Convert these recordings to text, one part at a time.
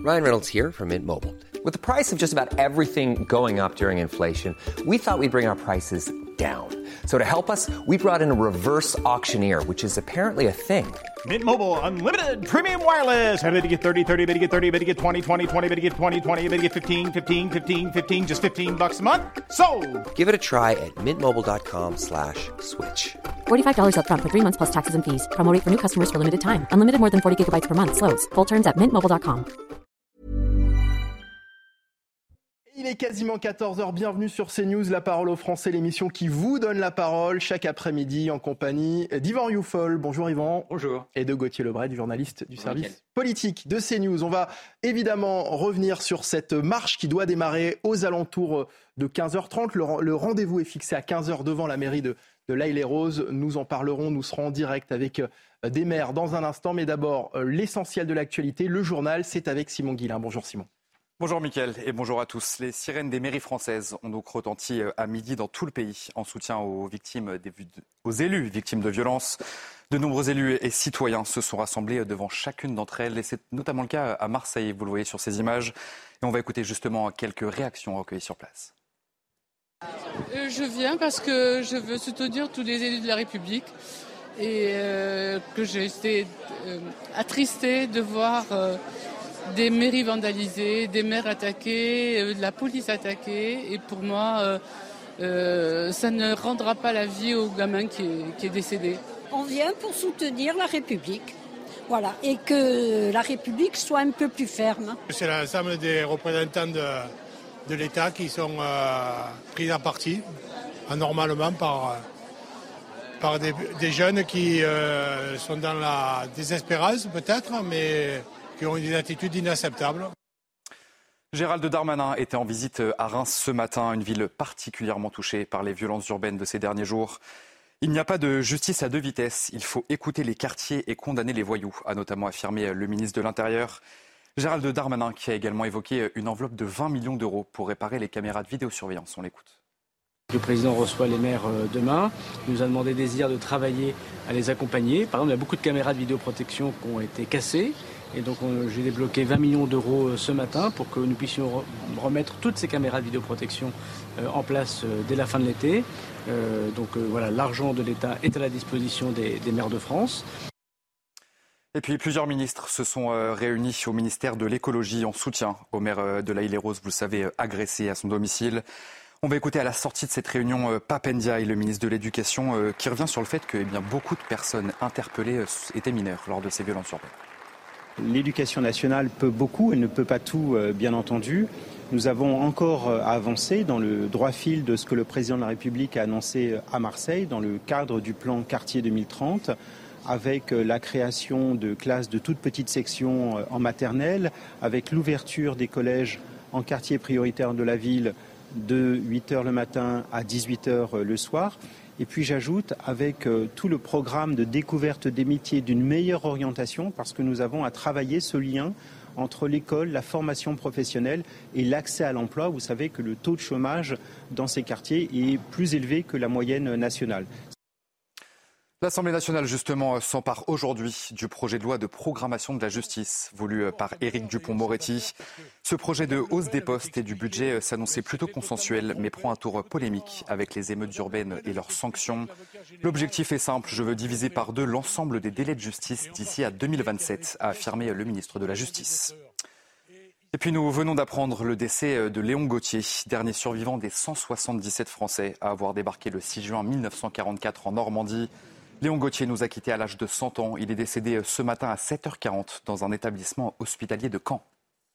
Ryan Reynolds here from Mint Mobile. With the price of just about everything going up during inflation, we thought we'd bring our prices down. So to help us, we brought in a reverse auctioneer, which is apparently a thing. Mint Mobile Unlimited Premium Wireless. How to get 30, 30, how to get 30, how to get 20, 20, 20, how to get 20, 20, how to get 15, 15, 15, 15, just $15 a month? Sold! Give it a try at mintmobile.com/switch. $45 up front for 3 months plus taxes and fees. Promo rate for new customers for limited time. Unlimited more than 40 gigabytes per month. Slows full terms at mintmobile.com. Il est quasiment 14h, bienvenue sur CNews, La Parole aux Français, l'émission qui vous donne la parole chaque après-midi en compagnie d'Yvan Rioufol. Bonjour Yvan. Bonjour. Et de Gauthier Lebret, du journaliste du service politique de CNews. On va évidemment revenir sur cette marche qui doit démarrer aux alentours de 15h30. Le rendez-vous est fixé à 15h devant la mairie de L'Haÿ-les-Roses. Nous en parlerons, nous serons en direct avec des maires dans un instant. Mais d'abord, l'essentiel de l'actualité, le journal, c'est avec Simon Guillain. Bonjour Simon. Bonjour Mickaël et bonjour à tous. Les sirènes des mairies françaises ont donc retenti à midi dans tout le pays en soutien aux élus victimes de violences. De nombreux élus et citoyens se sont rassemblés devant chacune d'entre elles et c'est notamment le cas à Marseille, vous le voyez sur ces images. Et on va écouter justement quelques réactions recueillies sur place. Je viens parce que je veux soutenir tous les élus de la République et que j'ai été attristée de voir des mairies vandalisées, des maires attaqués, de la police attaquée. Et pour moi, ça ne rendra pas la vie au gamin qui est décédé. On vient pour soutenir la République. Voilà, et que la République soit un peu plus ferme. C'est l'ensemble des représentants de l'État qui sont pris en partie, anormalement, par des jeunes qui sont dans la désespérance peut-être, mais qui ont des attitudes inacceptables. Gérald Darmanin était en visite à Reims ce matin, une ville particulièrement touchée par les violences urbaines de ces derniers jours. Il n'y a pas de justice à deux vitesses, il faut écouter les quartiers et condamner les voyous, a notamment affirmé le ministre de l'Intérieur. Gérald Darmanin qui a également évoqué une enveloppe de 20 millions d'euros pour réparer les caméras de vidéosurveillance. On l'écoute. Le président reçoit les maires demain. Il nous a demandé désir de travailler à les accompagner. Par exemple, il y a beaucoup de caméras de vidéoprotection qui ont été cassées. Et donc j'ai débloqué 20 millions d'euros ce matin pour que nous puissions remettre toutes ces caméras de vidéoprotection en place dès la fin de l'été. Voilà, l'argent de l'État est à la disposition des maires de France. Et puis plusieurs ministres se sont réunis au ministère de l'écologie en soutien au maire de L'Haÿ-les-Roses, vous le savez, agressé à son domicile. On va écouter à la sortie de cette réunion Pape Ndiaye, le ministre de l'Éducation, qui revient sur le fait que beaucoup de personnes interpellées étaient mineures lors de ces violences urbaines. L'éducation nationale peut beaucoup, elle ne peut pas tout, bien entendu. Nous avons encore avancé dans le droit fil de ce que le président de la République a annoncé à Marseille dans le cadre du plan Quartier 2030, avec la création de classes de toutes petites sections en maternelle, avec l'ouverture des collèges en quartier prioritaire de la ville de 8h le matin à 18h le soir. Et puis j'ajoute avec tout le programme de découverte des métiers d'une meilleure orientation parce que nous avons à travailler ce lien entre l'école, la formation professionnelle et l'accès à l'emploi. Vous savez que le taux de chômage dans ces quartiers est plus élevé que la moyenne nationale. L'Assemblée nationale, justement, s'empare aujourd'hui du projet de loi de programmation de la justice, voulu par Éric Dupond-Moretti. Ce projet de hausse des postes et du budget s'annonçait plutôt consensuel, mais prend un tour polémique avec les émeutes urbaines et leurs sanctions. L'objectif est simple, je veux diviser par deux l'ensemble des délais de justice d'ici à 2027, a affirmé le ministre de la Justice. Et puis nous venons d'apprendre le décès de Léon Gauthier, dernier survivant des 177 Français à avoir débarqué le 6 juin 1944 en Normandie. Léon Gauthier nous a quittés à l'âge de 100 ans. Il est décédé ce matin à 7h40 dans un établissement hospitalier de Caen.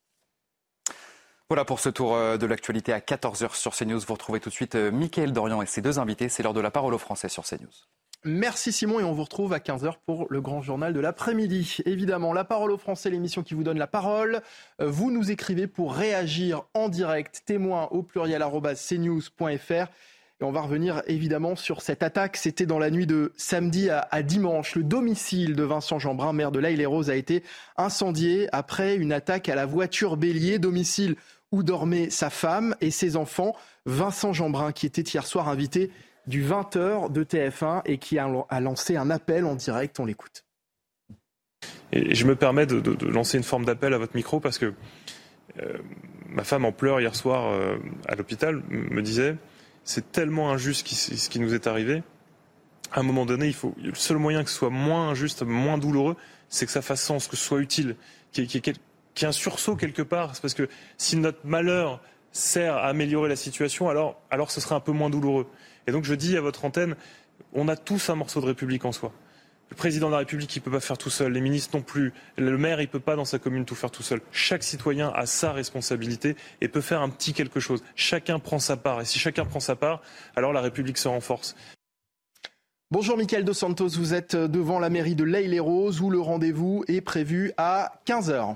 Voilà pour ce tour de l'actualité à 14h sur CNews. Vous retrouvez tout de suite Mickaël Dorian et ses deux invités. C'est l'heure de La Parole aux Français sur CNews. Merci Simon et on vous retrouve à 15h pour le grand journal de l'après-midi. Évidemment, La Parole aux Français, l'émission qui vous donne la parole. Vous nous écrivez pour réagir en direct, témoin au pluriel @cnews.fr. Et on va revenir évidemment sur cette attaque. C'était dans la nuit de samedi à dimanche. Le domicile de Vincent Jeanbrun, maire de L'Haÿ-les-Roses, a été incendié après une attaque à la voiture bélier. Domicile où dormaient sa femme et ses enfants. Vincent Jeanbrun, qui était hier soir invité du 20h de TF1 et qui a lancé un appel en direct. On l'écoute. Et je me permets de lancer une forme d'appel à votre micro parce que ma femme en pleurs hier soir à l'hôpital me disait c'est tellement injuste ce qui nous est arrivé. À un moment donné, le seul moyen que ce soit moins injuste, moins douloureux, c'est que ça fasse sens, que ce soit utile, qu'il y ait un sursaut quelque part. C'est parce que si notre malheur sert à améliorer la situation, alors ce serait un peu moins douloureux. Et donc je dis à votre antenne, on a tous un morceau de République en soi. Le président de la République, il ne peut pas faire tout seul. Les ministres non plus. Le maire, il ne peut pas dans sa commune tout faire tout seul. Chaque citoyen a sa responsabilité et peut faire un petit quelque chose. Chacun prend sa part. Et si chacun prend sa part, alors la République se renforce. Bonjour Mickaël Dos Santos, vous êtes devant la mairie de L'Haÿ-les-Roses où le rendez-vous est prévu à 15h.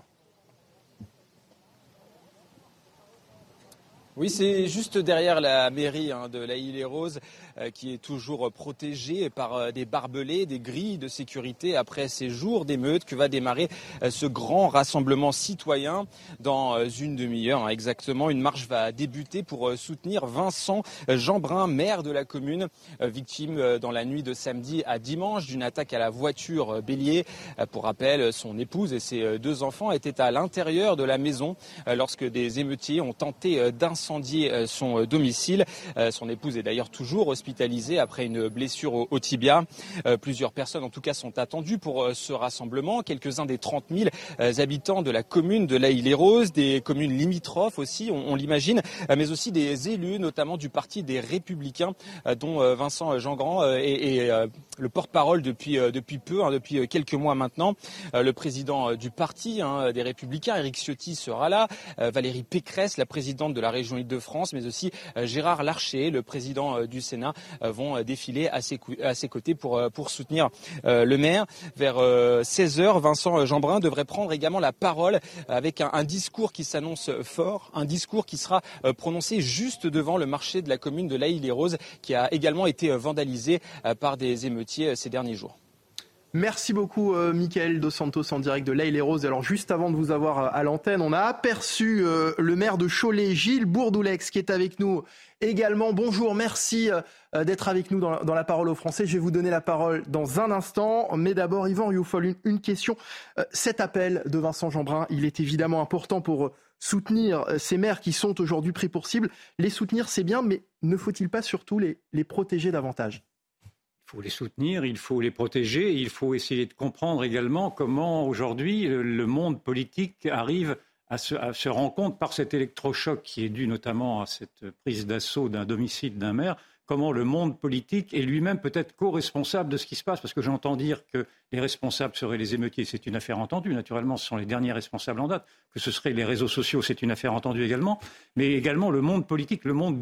Oui, c'est juste derrière la mairie de L'Haÿ-les-Roses qui est toujours protégée par des barbelés, des grilles de sécurité après ces jours d'émeute que va démarrer ce grand rassemblement citoyen dans une demi-heure exactement. Une marche va débuter pour soutenir Vincent Jeanbrun, maire de la commune, victime dans la nuit de samedi à dimanche d'une attaque à la voiture bélier. Pour rappel, son épouse et ses 2 enfants étaient à l'intérieur de la maison lorsque des émeutiers ont tenté d'incendier son domicile. Son épouse est d'ailleurs toujours hospitalisée après une blessure au tibia. Plusieurs personnes en tout cas sont attendues pour ce rassemblement. Quelques-uns des 30 000 habitants de la commune de L'Haÿ-les-Roses, des communes limitrophes aussi, on l'imagine, mais aussi des élus, notamment du parti des Républicains, dont Vincent Jeanbrun est le porte-parole depuis peu, depuis quelques mois maintenant. Le président du parti des Républicains, Éric Ciotti, sera là. Valérie Pécresse, la présidente de la région Île-de-France, mais aussi Gérard Larcher, le président du Sénat, vont défiler à ses côtés pour soutenir le maire. Vers 16h, Vincent Jeanbrun devrait prendre également la parole avec un discours qui s'annonce fort, un discours qui sera prononcé juste devant le marché de la commune de L'Haÿ-les-Roses, qui a également été vandalisé par des émeutiers ces derniers jours. Merci beaucoup Mickaël Dos Santos en direct de L'Haÿ-les-Roses. Alors juste avant de vous avoir à l'antenne, on a aperçu le maire de Cholet, Gilles Bourdoulex, qui est avec nous également. Bonjour, merci d'être avec nous dans la parole aux Français. Je vais vous donner la parole dans un instant. Mais d'abord, Yvan Rioufol, une question. Cet appel de Vincent Jeanbrun, il est évidemment important pour soutenir ces maires qui sont aujourd'hui pris pour cible. Les soutenir, c'est bien, mais ne faut-il pas surtout les protéger davantage ? Il faut les soutenir, il faut les protéger, il faut essayer de comprendre également comment aujourd'hui le monde politique arrive à se rendre compte par cet électrochoc qui est dû notamment à cette prise d'assaut d'un domicile d'un maire, comment le monde politique est lui-même peut-être co-responsable de ce qui se passe, parce que j'entends dire que les responsables seraient les émeutiers, c'est une affaire entendue, naturellement ce sont les derniers responsables en date, que ce seraient les réseaux sociaux, c'est une affaire entendue également, mais également le monde politique,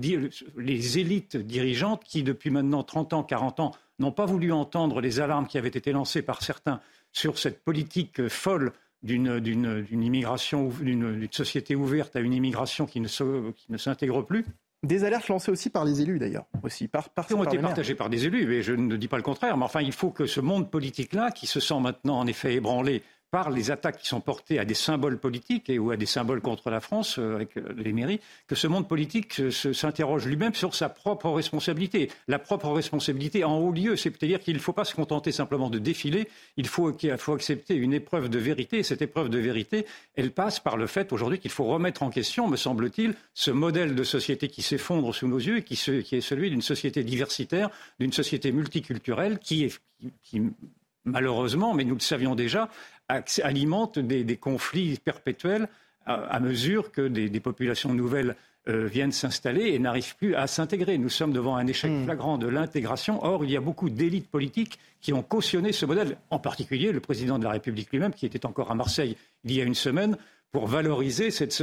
les élites dirigeantes qui depuis maintenant 30 ans, 40 ans, n'ont pas voulu entendre les alarmes qui avaient été lancées par certains sur cette politique folle d'une immigration, d'une société ouverte à une immigration qui ne s'intègre plus. Des alertes lancées aussi par les élus d'ailleurs, aussi qui ont été partagées par des élus, mais je ne dis pas le contraire. Mais enfin, il faut que ce monde politique-là, qui se sent maintenant en effet ébranlé par les attaques qui sont portées à des symboles politiques ou à des symboles contre la France, avec les mairies, que ce monde politique s'interroge lui-même sur sa propre responsabilité. La propre responsabilité en haut lieu, c'est-à-dire qu'il ne faut pas se contenter simplement de défiler, il faut accepter une épreuve de vérité. Et cette épreuve de vérité, elle passe par le fait aujourd'hui qu'il faut remettre en question, me semble-t-il, ce modèle de société qui s'effondre sous nos yeux et qui est celui d'une société diversitaire, d'une société multiculturelle qui malheureusement, mais nous le savions déjà, alimente des conflits perpétuels à mesure que des populations nouvelles viennent s'installer et n'arrivent plus à s'intégrer. Nous sommes devant un échec flagrant de l'intégration. Or, il y a beaucoup d'élites politiques qui ont cautionné ce modèle, en particulier le président de la République lui-même, qui était encore à Marseille il y a une semaine, pour valoriser cette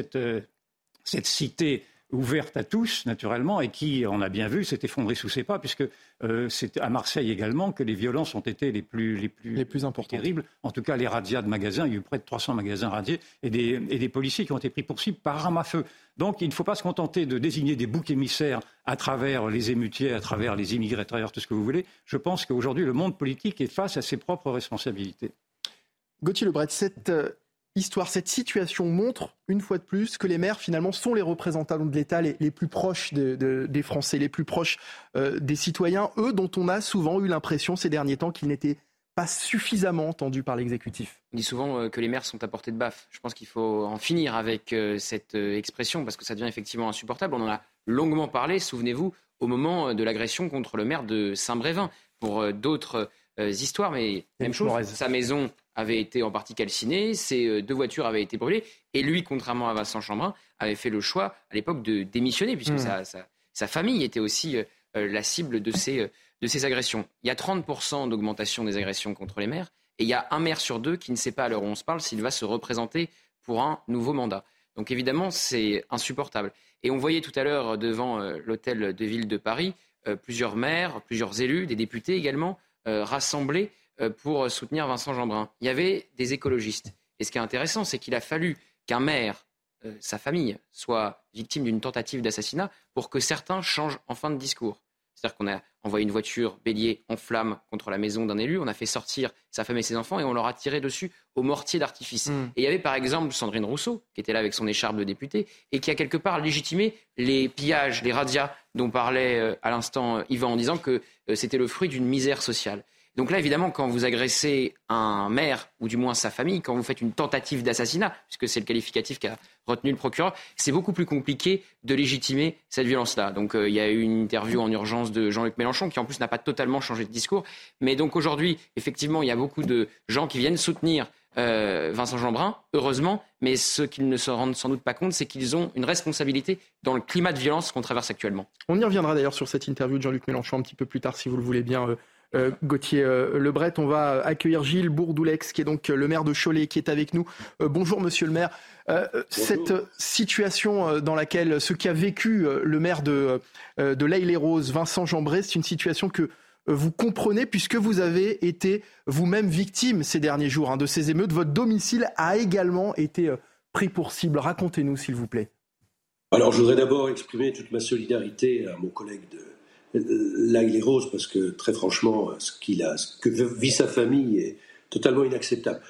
cité ouverte à tous, naturellement, et qui, on a bien vu, s'est effondrée sous ses pas, puisque c'est à Marseille également que les violences ont été les plus importantes, terribles. En tout cas, les razzias de magasins, il y a eu près de 300 magasins razziés, et des policiers qui ont été pris pour cible par arme à feu. Donc, il ne faut pas se contenter de désigner des boucs émissaires à travers les émeutiers, à travers les immigrés, à travers tout ce que vous voulez. Je pense qu'aujourd'hui, le monde politique est face à ses propres responsabilités. Gauthier Lebret, cette situation montre, une fois de plus, que les maires, finalement, sont les représentants de l'État les plus proches des Français, les plus proches des citoyens, eux dont on a souvent eu l'impression ces derniers temps qu'ils n'étaient pas suffisamment entendu par l'exécutif. On dit souvent que les maires sont à portée de baffe. Je pense qu'il faut en finir avec cette expression parce que ça devient effectivement insupportable. On en a longuement parlé, souvenez-vous, au moment de l'agression contre le maire de Saint-Brévin. Pour d'autres histoires, mais même chose, sa maison avait été en partie calcinée, ses 2 voitures avaient été brûlées, et lui, contrairement à Vincent Jeanbrun, avait fait le choix à l'époque de démissionner, puisque sa famille était aussi la cible de ces agressions. Il y a 30% d'augmentation des agressions contre les maires, et il y a un maire sur 2 qui ne sait pas à l'heure où on se parle s'il va se représenter pour un nouveau mandat. Donc évidemment, c'est insupportable. Et on voyait tout à l'heure devant l'hôtel de ville de Paris plusieurs maires, plusieurs élus, des députés également, rassemblés pour soutenir Vincent Jeanbrun. Il y avait des écologistes. Et ce qui est intéressant, c'est qu'il a fallu qu'un maire, sa famille, soit victime d'une tentative d'assassinat pour que certains changent enfin de discours. C'est-à-dire qu'on a envoyé une voiture bélier en flammes contre la maison d'un élu, on a fait sortir sa femme et ses enfants et on leur a tiré dessus au mortier d'artifice. Et il y avait par exemple Sandrine Rousseau, qui était là avec son écharpe de députée, et qui a quelque part légitimé les pillages, les razzias dont parlait à l'instant Yvan, en disant que c'était le fruit d'une misère sociale. Donc là, évidemment, quand vous agressez un maire, ou du moins sa famille, quand vous faites une tentative d'assassinat, puisque c'est le qualificatif qu'a retenu le procureur, c'est beaucoup plus compliqué de légitimer cette violence-là. Donc il y a eu une interview en urgence de Jean-Luc Mélenchon, qui en plus n'a pas totalement changé de discours. Mais donc aujourd'hui, effectivement, il y a beaucoup de gens qui viennent soutenir Vincent Jeanbrun, heureusement, mais ce qu'ils ne se rendent sans doute pas compte, c'est qu'ils ont une responsabilité dans le climat de violence qu'on traverse actuellement. On y reviendra d'ailleurs sur cette interview de Jean-Luc Mélenchon un petit peu plus tard, si vous le voulez bien, Gauthier Lebret. On va accueillir Gilles Bourdoulex, qui est donc le maire de Cholet, qui est avec nous. Bonjour monsieur le maire. Cette situation dans laquelle ce qu'a vécu le maire de L'Haÿ-les-Roses, Vincent Jeanbrun, c'est une situation que vous comprenez puisque vous avez été vous-même victime ces derniers jours de ces émeutes. Votre domicile a également été pris pour cible. Racontez-nous s'il vous plaît. Alors je voudrais d'abord exprimer toute ma solidarité à mon collègue de L'Haÿ-les-Roses, parce que très franchement, ce que vit sa famille est totalement inacceptable.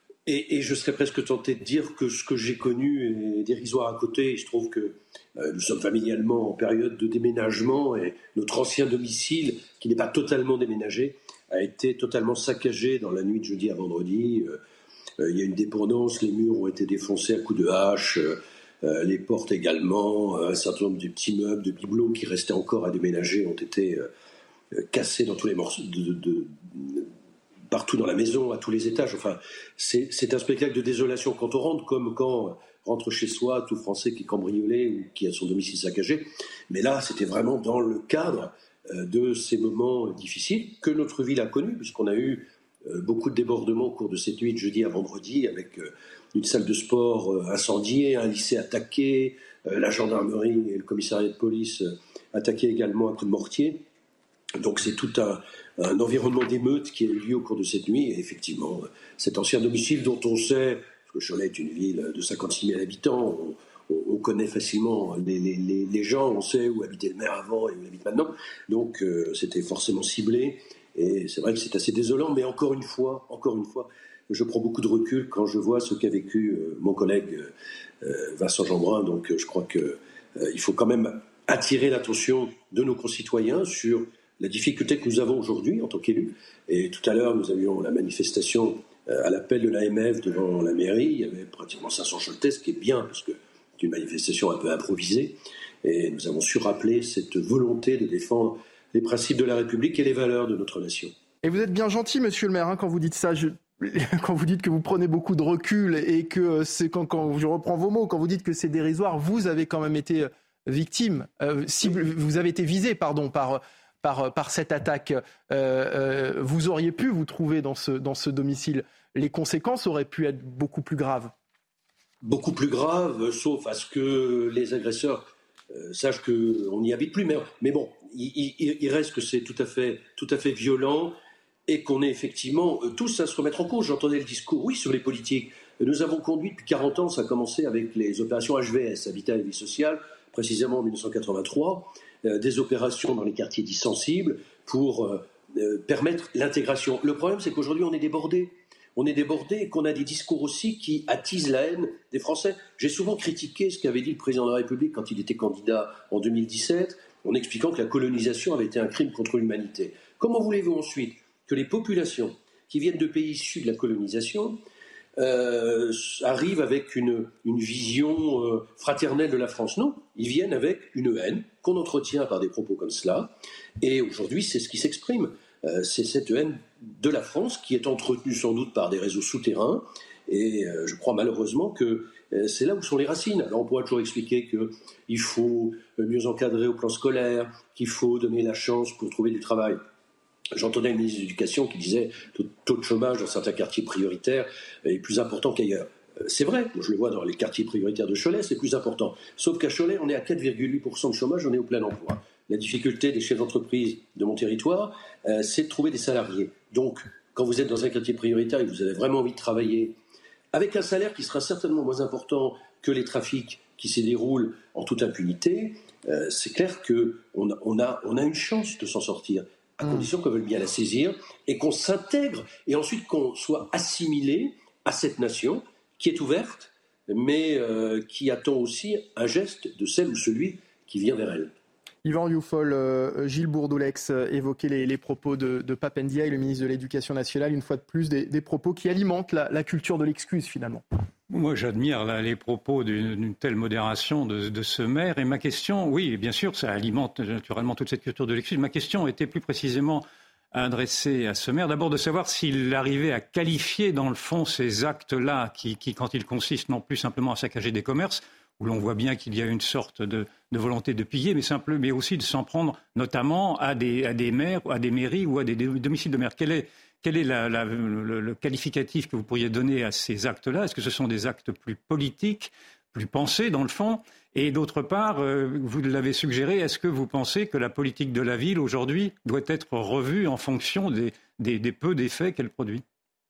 Et je serais presque tenté de dire que ce que j'ai connu est dérisoire à côté. Il se trouve que nous sommes familialement en période de déménagement et notre ancien domicile, qui n'est pas totalement déménagé, a été totalement saccagé dans la nuit de jeudi à vendredi. Il y a une dépendance, les murs ont été défoncés à coups de hache, les portes également, un certain nombre de petits meubles, de bibelots qui restaient encore à déménager ont été cassés dans tous les morceaux, partout dans la maison, à tous les étages. Enfin, c'est un spectacle de désolation quand on rentre, comme quand rentre chez soi tout Français qui est cambriolé ou qui a son domicile saccagé. Mais là, c'était vraiment dans le cadre de ces moments difficiles que notre ville a connus, puisqu'on a eu beaucoup de débordements au cours de cette nuit de jeudi à vendredi, avec une salle de sport incendiée, un lycée attaqué, la gendarmerie et le commissariat de police attaqués également à coups de mortier. Donc c'est tout un environnement d'émeute qui a eu lieu au cours de cette nuit. Et effectivement, cet ancien domicile dont on sait, parce que Cholet est une ville de 56 000 habitants, on connaît facilement les gens, on sait où habitait le maire avant et où il habite maintenant. Donc c'était forcément ciblé. Et c'est vrai que c'est assez désolant, mais encore une fois, je prends beaucoup de recul quand je vois ce qu'a vécu mon collègue Vincent Jeanbrun. Donc je crois qu'il faut quand même attirer l'attention de nos concitoyens sur la difficulté que nous avons aujourd'hui en tant qu'élus. Et tout à l'heure, nous avions la manifestation à l'appel de l'AMF devant la mairie. Il y avait pratiquement 500 Choletais, ce qui est bien, parce que c'est une manifestation un peu improvisée. Et nous avons su rappeler cette volonté de défendre les principes de la République et les valeurs de notre nation. Et vous êtes bien gentil, monsieur le maire, quand vous dites ça. Quand vous dites que vous prenez beaucoup de recul et que c'est quand je reprends vos mots, quand vous dites que c'est dérisoire, vous avez quand même été victime, vous avez été visé, par cette attaque. Vous auriez pu vous trouver dans ce domicile. Les conséquences auraient pu être beaucoup plus graves. Beaucoup plus graves, sauf à ce que les agresseurs sachent qu'on n'y habite plus. Mais bon, il reste que c'est tout à fait violent et qu'on est effectivement tous à se remettre en cause. J'entendais le discours, oui, sur les politiques. Nous avons conduit depuis 40 ans, ça a commencé avec les opérations HVS, Habitat et Vie sociale, précisément en 1983, des opérations dans les quartiers dits sensibles pour permettre l'intégration. Le problème, c'est qu'aujourd'hui, on est débordé. On est débordé et qu'on a des discours aussi qui attisent la haine des Français. J'ai souvent critiqué ce qu'avait dit le président de la République quand il était candidat en 2017, en expliquant que la colonisation avait été un crime contre l'humanité. Comment voulez-vous ensuite que les populations qui viennent de pays issus de la colonisation, arrivent avec une vision fraternelle de la France. Non, ils viennent avec une haine qu'on entretient par des propos comme cela. Et aujourd'hui, c'est ce qui s'exprime. C'est cette haine de la France qui est entretenue sans doute par des réseaux souterrains. Et je crois malheureusement que c'est là où sont les racines. Alors on pourra toujours expliquer qu'il faut mieux encadrer au plan scolaire, qu'il faut donner la chance pour trouver du travail. J'entendais une ministre de l'Éducation qui disait que le taux de chômage dans certains quartiers prioritaires est plus important qu'ailleurs. C'est vrai, moi je le vois dans les quartiers prioritaires de Cholet, c'est plus important. Sauf qu'à Cholet, on est à 4,8% de chômage, on est au plein emploi. La difficulté des chefs d'entreprise de mon territoire, c'est de trouver des salariés. Donc, quand vous êtes dans un quartier prioritaire et que vous avez vraiment envie de travailler, avec un salaire qui sera certainement moins important que les trafics qui s'y déroulent en toute impunité, c'est clair qu'on a une chance de s'en sortir, à condition qu'on veuille bien la saisir et qu'on s'intègre et ensuite qu'on soit assimilé à cette nation qui est ouverte, mais qui attend aussi un geste de celle ou celui qui vient vers elle. Yvan Rioufol, Gilles Bourdoulex évoquait les propos de Pape Ndiaye, le ministre de l'Éducation nationale, une fois de plus des propos qui alimentent la culture de l'excuse finalement. Moi, j'admire les propos d'une telle modération de ce maire. Et ma question, oui, bien sûr, ça alimente naturellement toute cette culture de l'excuse. Ma question était plus précisément adressée à ce maire. D'abord, de savoir s'il arrivait à qualifier, dans le fond, ces actes-là, qui quand ils consistent non plus simplement à saccager des commerces, où l'on voit bien qu'il y a une sorte de volonté de piller, mais aussi de s'en prendre notamment à des maires, à des mairies ou à des domiciles de maires. Quel est le qualificatif que vous pourriez donner à ces actes-là ? Est-ce que ce sont des actes plus politiques, plus pensés dans le fond ? Et d'autre part, vous l'avez suggéré, est-ce que vous pensez que la politique de la ville aujourd'hui doit être revue en fonction des peu d'effets qu'elle produit ?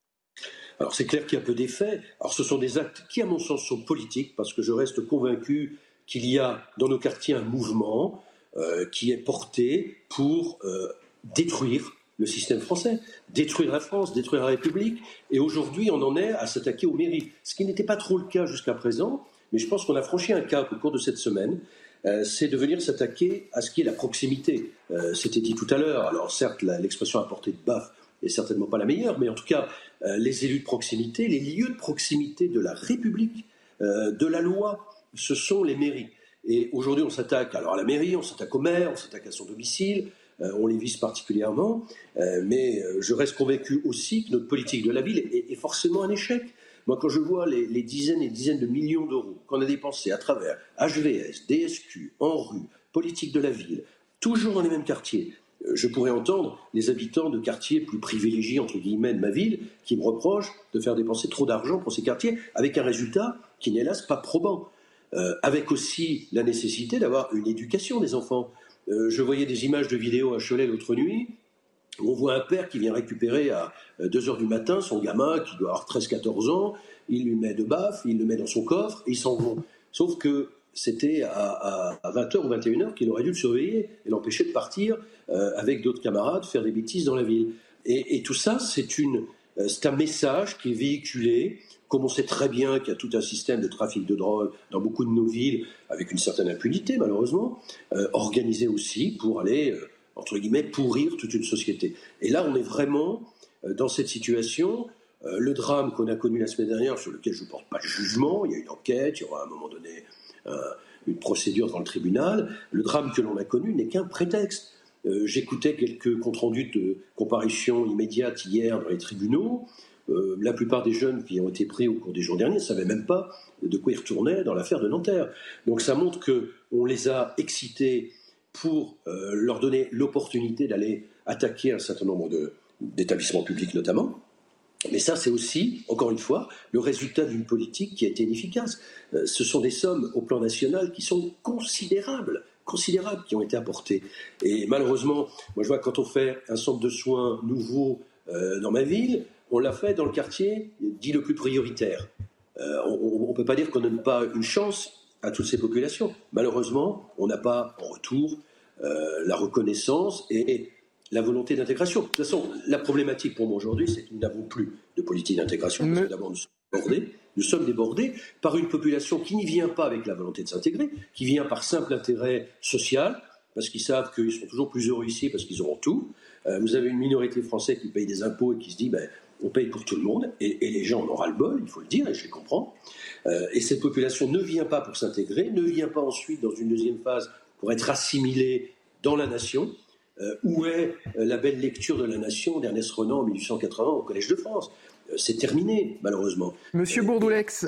Alors c'est clair qu'il y a peu d'effets. Alors ce sont des actes qui, à mon sens, sont politiques, parce que je reste convaincu qu'il y a dans nos quartiers un mouvement qui est porté pour détruire le système français, détruire la France, détruire la République. Et aujourd'hui, on en est à s'attaquer aux mairies. Ce qui n'était pas trop le cas jusqu'à présent, mais je pense qu'on a franchi un cap au cours de cette semaine, c'est de venir s'attaquer à ce qui est la proximité. C'était dit tout à l'heure. Alors certes, l'expression à portée de baffe n'est certainement pas la meilleure, mais en tout cas, les élus de proximité, les lieux de proximité de la République, de la loi, ce sont les mairies. Et aujourd'hui, on s'attaque alors à la mairie, on s'attaque au maire, on s'attaque à son domicile, on les vise particulièrement, mais je reste convaincu aussi que notre politique de la ville est forcément un échec. Moi, quand je vois les dizaines et dizaines de millions d'euros qu'on a dépensés à travers HVS, DSQ, ANRU, politique de la ville, toujours dans les mêmes quartiers, je pourrais entendre les habitants de quartiers plus privilégiés, entre guillemets, de ma ville, qui me reprochent de faire dépenser trop d'argent pour ces quartiers, avec un résultat qui n'est hélas pas probant. Avec aussi la nécessité d'avoir une éducation des enfants. Je voyais des images de vidéos à Cholet l'autre nuit, où on voit un père qui vient récupérer à 2h du matin son gamin qui doit avoir 13-14 ans, il lui met de baffe, il le met dans son coffre et ils s'en vont. Sauf que c'était à 20h ou 21h qu'il aurait dû le surveiller et l'empêcher de partir avec d'autres camarades, faire des bêtises dans la ville. Et tout ça, c'est un message qui est véhiculé, comme on sait très bien qu'il y a tout un système de trafic de drogue dans beaucoup de nos villes, avec une certaine impunité malheureusement, organisé aussi pour aller, entre guillemets, pourrir toute une société. Et là, on est vraiment dans cette situation. Le drame qu'on a connu la semaine dernière, sur lequel je ne porte pas de jugement, il y a une enquête, il y aura à un moment donné une procédure devant le tribunal. Le drame que l'on a connu n'est qu'un prétexte. J'écoutais quelques comptes rendus de comparution immédiate hier dans les tribunaux. La plupart des jeunes qui ont été pris au cours des jours derniers ne savaient même pas de quoi ils retournaient dans l'affaire de Nanterre. Donc ça montre qu'on les a excités pour leur donner l'opportunité d'aller attaquer un certain nombre d'établissements publics notamment. Mais ça, c'est aussi, encore une fois, le résultat d'une politique qui a été inefficace. Ce sont des sommes au plan national qui sont considérables qui ont été apportées. Et malheureusement, moi je vois que quand on fait un centre de soins nouveau dans ma ville, on l'a fait dans le quartier dit le plus prioritaire. On ne peut pas dire qu'on ne donne pas une chance à toutes ces populations. Malheureusement, on n'a pas en retour la reconnaissance et la volonté d'intégration. De toute façon, la problématique pour moi aujourd'hui, c'est que nous n'avons plus de politique d'intégration. Parce que d'abord, nous sommes débordés par une population qui n'y vient pas avec la volonté de s'intégrer, qui vient par simple intérêt social, parce qu'ils savent qu'ils seront toujours plus heureux ici, parce qu'ils auront tout. Vous avez une minorité française qui paye des impôts et qui se dit on paye pour tout le monde, et les gens en aura le bol, il faut le dire, et je les comprends. Et cette population ne vient pas pour s'intégrer, ne vient pas ensuite dans une deuxième phase pour être assimilée dans la nation. Où est la belle lecture de la nation d'Ernest Renan en 1880 au Collège de France ? C'est terminé, malheureusement. Monsieur Bourdoulex,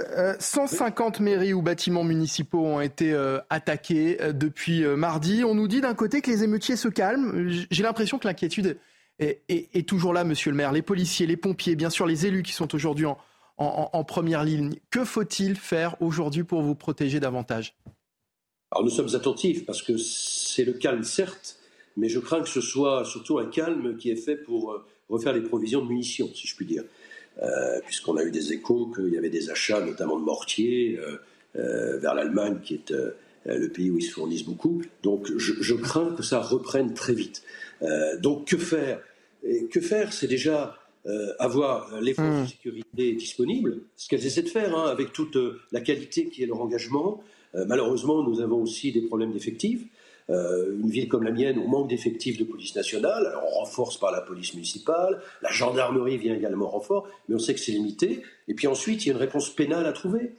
150 mairies ou bâtiments municipaux ont été attaqués depuis mardi. On nous dit d'un côté que les émeutiers se calment. J'ai l'impression que l'inquiétude est toujours là, monsieur le maire. Les policiers, les pompiers, bien sûr les élus qui sont aujourd'hui en première ligne. Que faut-il faire aujourd'hui pour vous protéger davantage ? Alors nous sommes attentifs parce que c'est le calme, certes, mais je crains que ce soit surtout un calme qui est fait pour refaire les provisions de munitions, si je puis dire. Puisqu'on a eu des échos qu'il y avait des achats, notamment de mortiers, vers l'Allemagne, qui est le pays où ils se fournissent beaucoup. Donc je crains que ça reprenne très vite. Donc que faire ? Que faire, c'est déjà avoir les forces de sécurité disponibles, ce qu'elles essaient de faire, avec toute la qualité qui est leur engagement. Malheureusement, nous avons aussi des problèmes d'effectifs. Une ville comme la mienne, on manque d'effectifs de police nationale, alors on renforce par la police municipale, la gendarmerie vient également en renfort, mais on sait que c'est limité. Et puis ensuite, il y a une réponse pénale à trouver.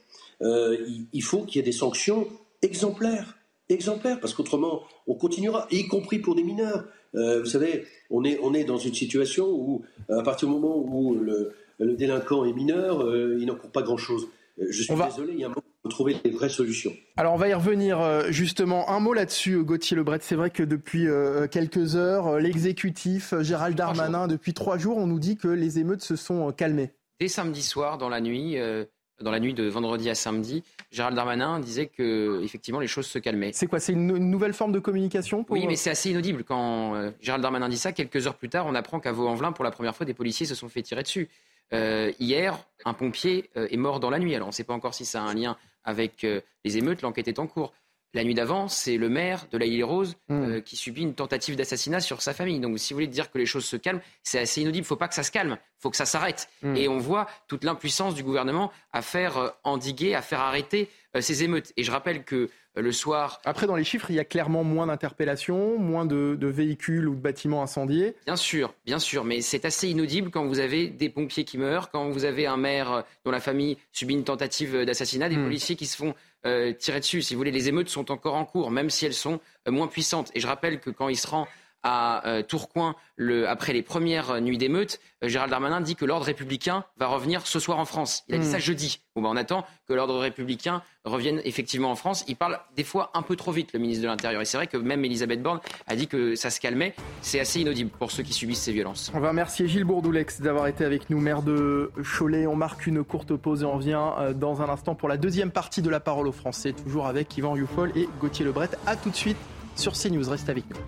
Il faut qu'il y ait des sanctions exemplaires, parce qu'autrement, on continuera, y compris pour des mineurs. Vous savez, on est dans une situation où, à partir du moment où le délinquant est mineur, il n'en court pas grand-chose. Je suis désolé, il y a un moment où il faut trouver des vraies solutions. Alors on va y revenir justement. Un mot là-dessus, Gauthier Lebret. C'est vrai que depuis quelques heures, l'exécutif, Gérald Darmanin, depuis 3 jours, on nous dit que les émeutes se sont calmées. Dès samedi soir, dans la nuit de vendredi à samedi, Gérald Darmanin disait que effectivement les choses se calmaient. C'est quoi ? C'est une nouvelle forme de communication pour... Oui, mais c'est assez inaudible. Quand Gérald Darmanin dit ça, quelques heures plus tard, on apprend qu'à Vaux-en-Velin, pour la première fois, des policiers se sont fait tirer dessus. Hier, un pompier est mort dans la nuit. Alors on ne sait pas encore si ça a un lien avec les émeutes, l'enquête est en cours. La nuit d'avant, c'est le maire de l'Haye-les-Roses qui subit une tentative d'assassinat sur sa famille. Donc si vous voulez dire que les choses se calment, c'est assez inaudible. Il ne faut pas que ça se calme, il faut que ça s'arrête. Et on voit toute l'impuissance du gouvernement à faire endiguer, à faire arrêter ces émeutes. Et je rappelle que le soir... Après, dans les chiffres, il y a clairement moins d'interpellations, moins de véhicules ou de bâtiments incendiés. Bien sûr, mais c'est assez inaudible quand vous avez des pompiers qui meurent, quand vous avez un maire dont la famille subit une tentative d'assassinat, des policiers qui se font tirer dessus. Si vous voulez, les émeutes sont encore en cours, même si elles sont moins puissantes. Et je rappelle que quand il se rend à Tourcoing, après les premières nuits d'émeutes, Gérald Darmanin dit que l'ordre républicain va revenir ce soir en France. Il a dit ça jeudi. Bon, on attend que l'ordre républicain revienne effectivement en France. Il parle des fois un peu trop vite, le ministre de l'Intérieur. Et c'est vrai que même Elisabeth Borne a dit que ça se calmait. C'est assez inaudible pour ceux qui subissent ces violences. On va remercier Gilles Bourdoulex d'avoir été avec nous, maire de Cholet. On marque une courte pause et on revient dans un instant pour la deuxième partie de La Parole aux Français, toujours avec Yvan Rioufol et Gauthier Lebret. A tout de suite sur CNews. Reste avec nous.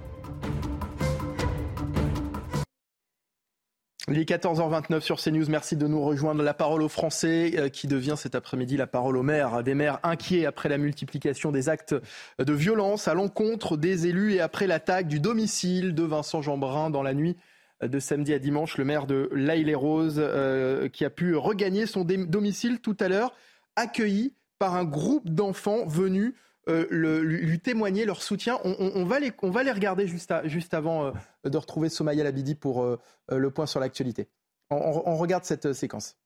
Il est 14h29 sur CNews. Merci de nous rejoindre. La parole aux Français qui devient cet après-midi la parole aux maires. Des maires inquiets après la multiplication des actes de violence à l'encontre des élus et après l'attaque du domicile de Vincent Jeanbrun dans la nuit de samedi à dimanche. Le maire de l'Haye-les-Roses qui a pu regagner son domicile tout à l'heure, accueilli par un groupe d'enfants venus lui témoigner leur soutien. On va les regarder juste avant de retrouver Somaya Labidi pour le point sur l'actualité. On regarde cette séquence.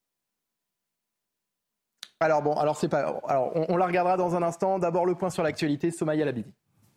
On la regardera dans un instant. D'abord le point sur l'actualité, Somaya Labidi.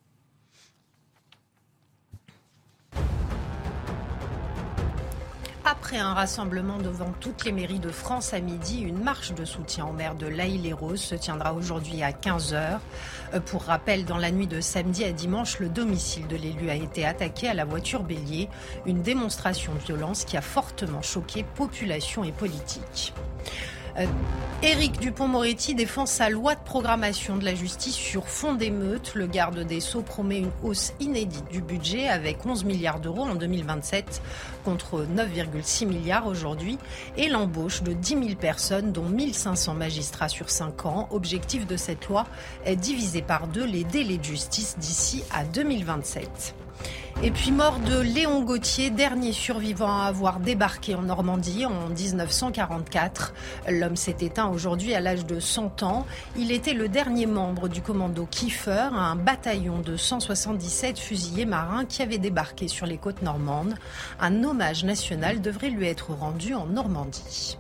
Après un rassemblement devant toutes les mairies de France à midi, une marche de soutien au maire de l'Haye-les-Roses se tiendra aujourd'hui à 15h. Pour rappel, dans la nuit de samedi à dimanche, le domicile de l'élu a été attaqué à la voiture bélier. Une démonstration de violence qui a fortement choqué population et politique. Éric Dupond-Moretti défend sa loi de programmation de la justice sur fond d'émeute. Le garde des Sceaux promet une hausse inédite du budget avec 11 milliards d'euros en 2027 contre 9,6 milliards aujourd'hui et l'embauche de 10 000 personnes dont 1 500 magistrats sur 5 ans. Objectif de cette loi est diviser par 2 les délais de justice d'ici à 2027. Et puis mort de Léon Gauthier, dernier survivant à avoir débarqué en Normandie en 1944. L'homme s'est éteint aujourd'hui à l'âge de 100 ans. Il était le dernier membre du commando Kiefer, un bataillon de 177 fusiliers marins qui avait débarqué sur les côtes normandes. Un hommage national devrait lui être rendu en Normandie.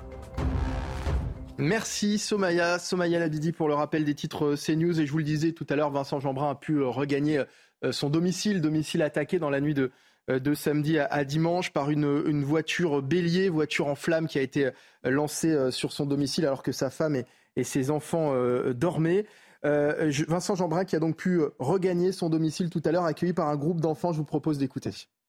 Merci Somaya Labidi pour le rappel des titres CNews. Et je vous le disais tout à l'heure, Vincent Jeanbrun a pu regagner son domicile attaqué dans la nuit de samedi à dimanche par une voiture bélier, voiture en flammes qui a été lancée sur son domicile alors que sa femme et ses enfants dormaient. Vincent Jeanbrun qui a donc pu regagner son domicile tout à l'heure, accueilli par un groupe d'enfants. Je vous propose d'écouter.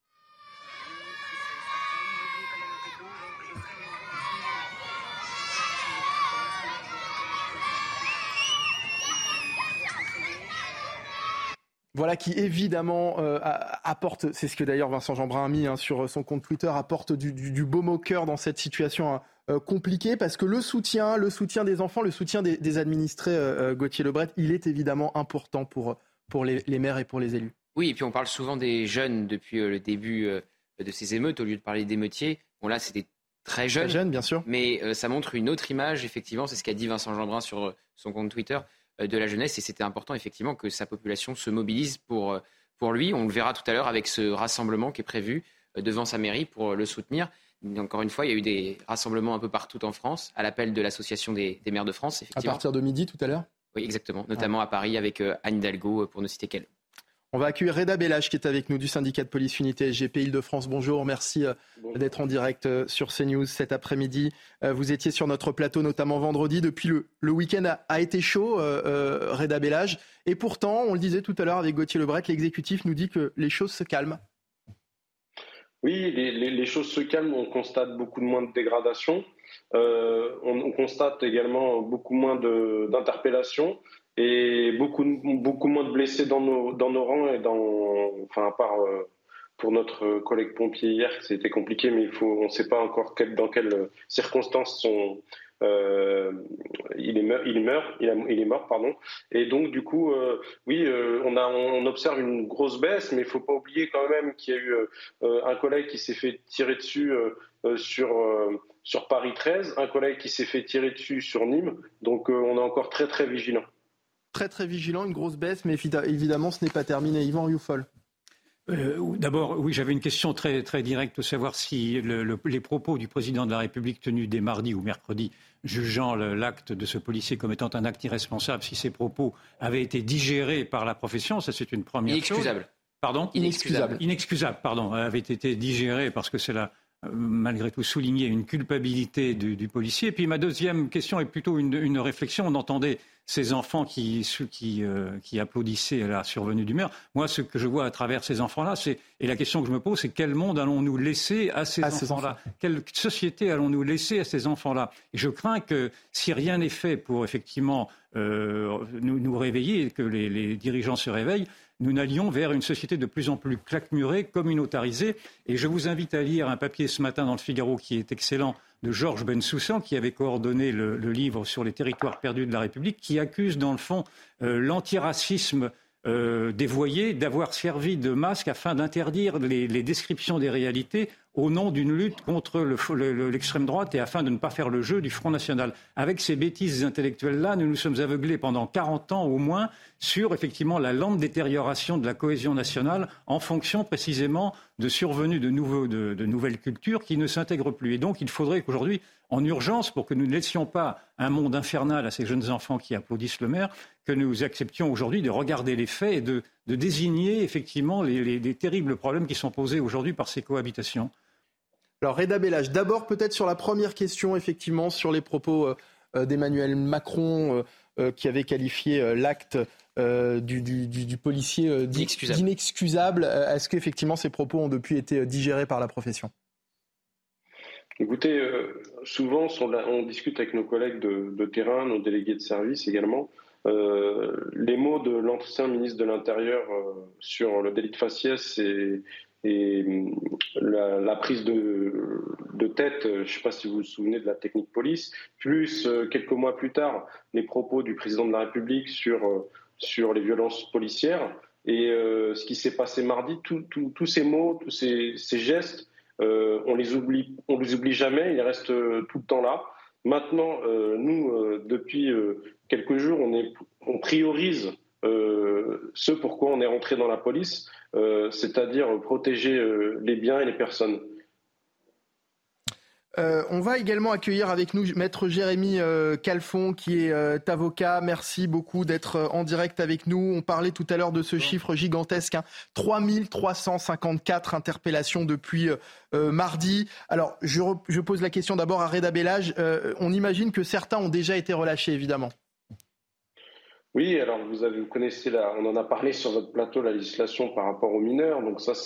Voilà qui évidemment apporte, c'est ce que d'ailleurs Vincent Jeanbrun a mis sur son compte Twitter, apporte du baume au cœur dans cette situation compliquée, parce que le soutien des enfants, le soutien des administrés, Gauthier Lebret, il est évidemment important pour les maires et pour les élus. Oui, et puis on parle souvent des jeunes depuis le début de ces émeutes, au lieu de parler d'émeutiers. Bon là, c'était très jeune. Très jeune, bien sûr. Mais ça montre une autre image, effectivement, c'est ce qu'a dit Vincent Jeanbrun sur son compte Twitter, de la jeunesse, et c'était important effectivement que sa population se mobilise pour lui. On le verra tout à l'heure avec ce rassemblement qui est prévu devant sa mairie pour le soutenir. Encore une fois, il y a eu des rassemblements un peu partout en France, à l'appel de l'Association des maires de France. Effectivement. À partir de midi tout à l'heure ? Oui, exactement, notamment à Paris avec Anne Hidalgo, pour ne citer qu'elle. On va accueillir Reda Bellage qui est avec nous du syndicat de police Unité SGP Île-de-France. Bonjour, merci d'être en direct sur CNews cet après-midi. Vous étiez sur notre plateau notamment vendredi. Depuis le week-end a été chaud, Reda Bellage. Et pourtant, on le disait tout à l'heure avec Gauthier Lebret, l'exécutif nous dit que les choses se calment. Oui, les choses se calment. On constate beaucoup moins de dégradation. On constate également beaucoup moins d'interpellations. Et beaucoup moins de blessés dans nos rangs, et à part pour notre collègue pompier hier, c'était compliqué, mais on ne sait pas encore dans quelles circonstances il est mort, pardon. Et donc du coup, on observe une grosse baisse, mais il ne faut pas oublier quand même qu'il y a eu un collègue qui s'est fait tirer dessus sur Paris 13, un collègue qui s'est fait tirer dessus sur Nîmes. Donc on est encore très très vigilant. Très très vigilant, une grosse baisse, mais évidemment ce n'est pas terminé. Yvan Rioufol. D'abord, oui, j'avais une question très, très directe, de savoir si les propos du président de la République tenus dès mardi ou mercredi, jugeant l'acte de ce policier comme étant un acte irresponsable, si ces propos avaient été digérés par la profession, ça c'est une première chose. Inexcusable. Pardon ? Inexcusable, pardon, avaient été digérés parce que c'est malgré tout souligné une culpabilité du policier. Et puis ma deuxième question est plutôt une réflexion. On entendait ces enfants qui applaudissaient à la survenue du maire. Moi, ce que je vois à travers ces enfants-là, et la question que je me pose, c'est quel monde allons-nous laisser à ces enfants-là ? Quelle société allons-nous laisser à ces enfants-là ? Et je crains que si rien n'est fait pour effectivement nous réveiller, et que les dirigeants se réveillent, nous n'allions vers une société de plus en plus claquemurée, communautarisée. Et je vous invite à lire un papier ce matin dans le Figaro qui est excellent, de Georges Bensoussan, qui avait coordonné le livre sur les territoires perdus de la République, qui accuse dans le fond l'antiracisme dévoyé d'avoir servi de masque afin d'interdire les descriptions des réalités au nom d'une lutte contre l'extrême droite et afin de ne pas faire le jeu du Front National. Avec ces bêtises intellectuelles-là, nous nous sommes aveuglés pendant 40 ans au moins sur effectivement la lente détérioration de la cohésion nationale en fonction précisément de survenue de nouvelles cultures qui ne s'intègrent plus. Et donc il faudrait qu'aujourd'hui, en urgence, pour que nous ne laissions pas un monde infernal à ces jeunes enfants qui applaudissent le maire, que nous acceptions aujourd'hui de regarder les faits et de désigner effectivement les terribles problèmes qui sont posés aujourd'hui par ces cohabitations. Alors Reda Bellage, d'abord peut-être sur la première question, effectivement, sur les propos d'Emmanuel Macron qui avait qualifié l'acte du policier d'inexcusable. Est-ce qu'effectivement ces propos ont depuis été digérés par la profession ? Écoutez, souvent on discute avec nos collègues de terrain, nos délégués de service également. Les mots de l'ancien ministre de l'Intérieur sur le délit de faciès et la prise de tête, je ne sais pas si vous vous souvenez de la technique police, plus quelques mois plus tard, les propos du président de la République sur les violences policières, Et ce qui s'est passé mardi, tous ces mots, tous ces gestes, on les oublie jamais, ils restent tout le temps là. Maintenant, nous, depuis quelques jours, on priorise ce pourquoi on est rentré dans la police, c'est-à-dire protéger les biens et les personnes. On va également accueillir avec nous Maître Jérémy Calfon, qui est avocat. Merci beaucoup d'être en direct avec nous. On parlait tout à l'heure de ce chiffre gigantesque, 3354 interpellations depuis mardi. Alors, je pose la question d'abord à Reda Bellage. On imagine que certains ont déjà été relâchés, évidemment. Oui, alors vous connaissez on en a parlé sur votre plateau, la législation par rapport aux mineurs. Donc ça,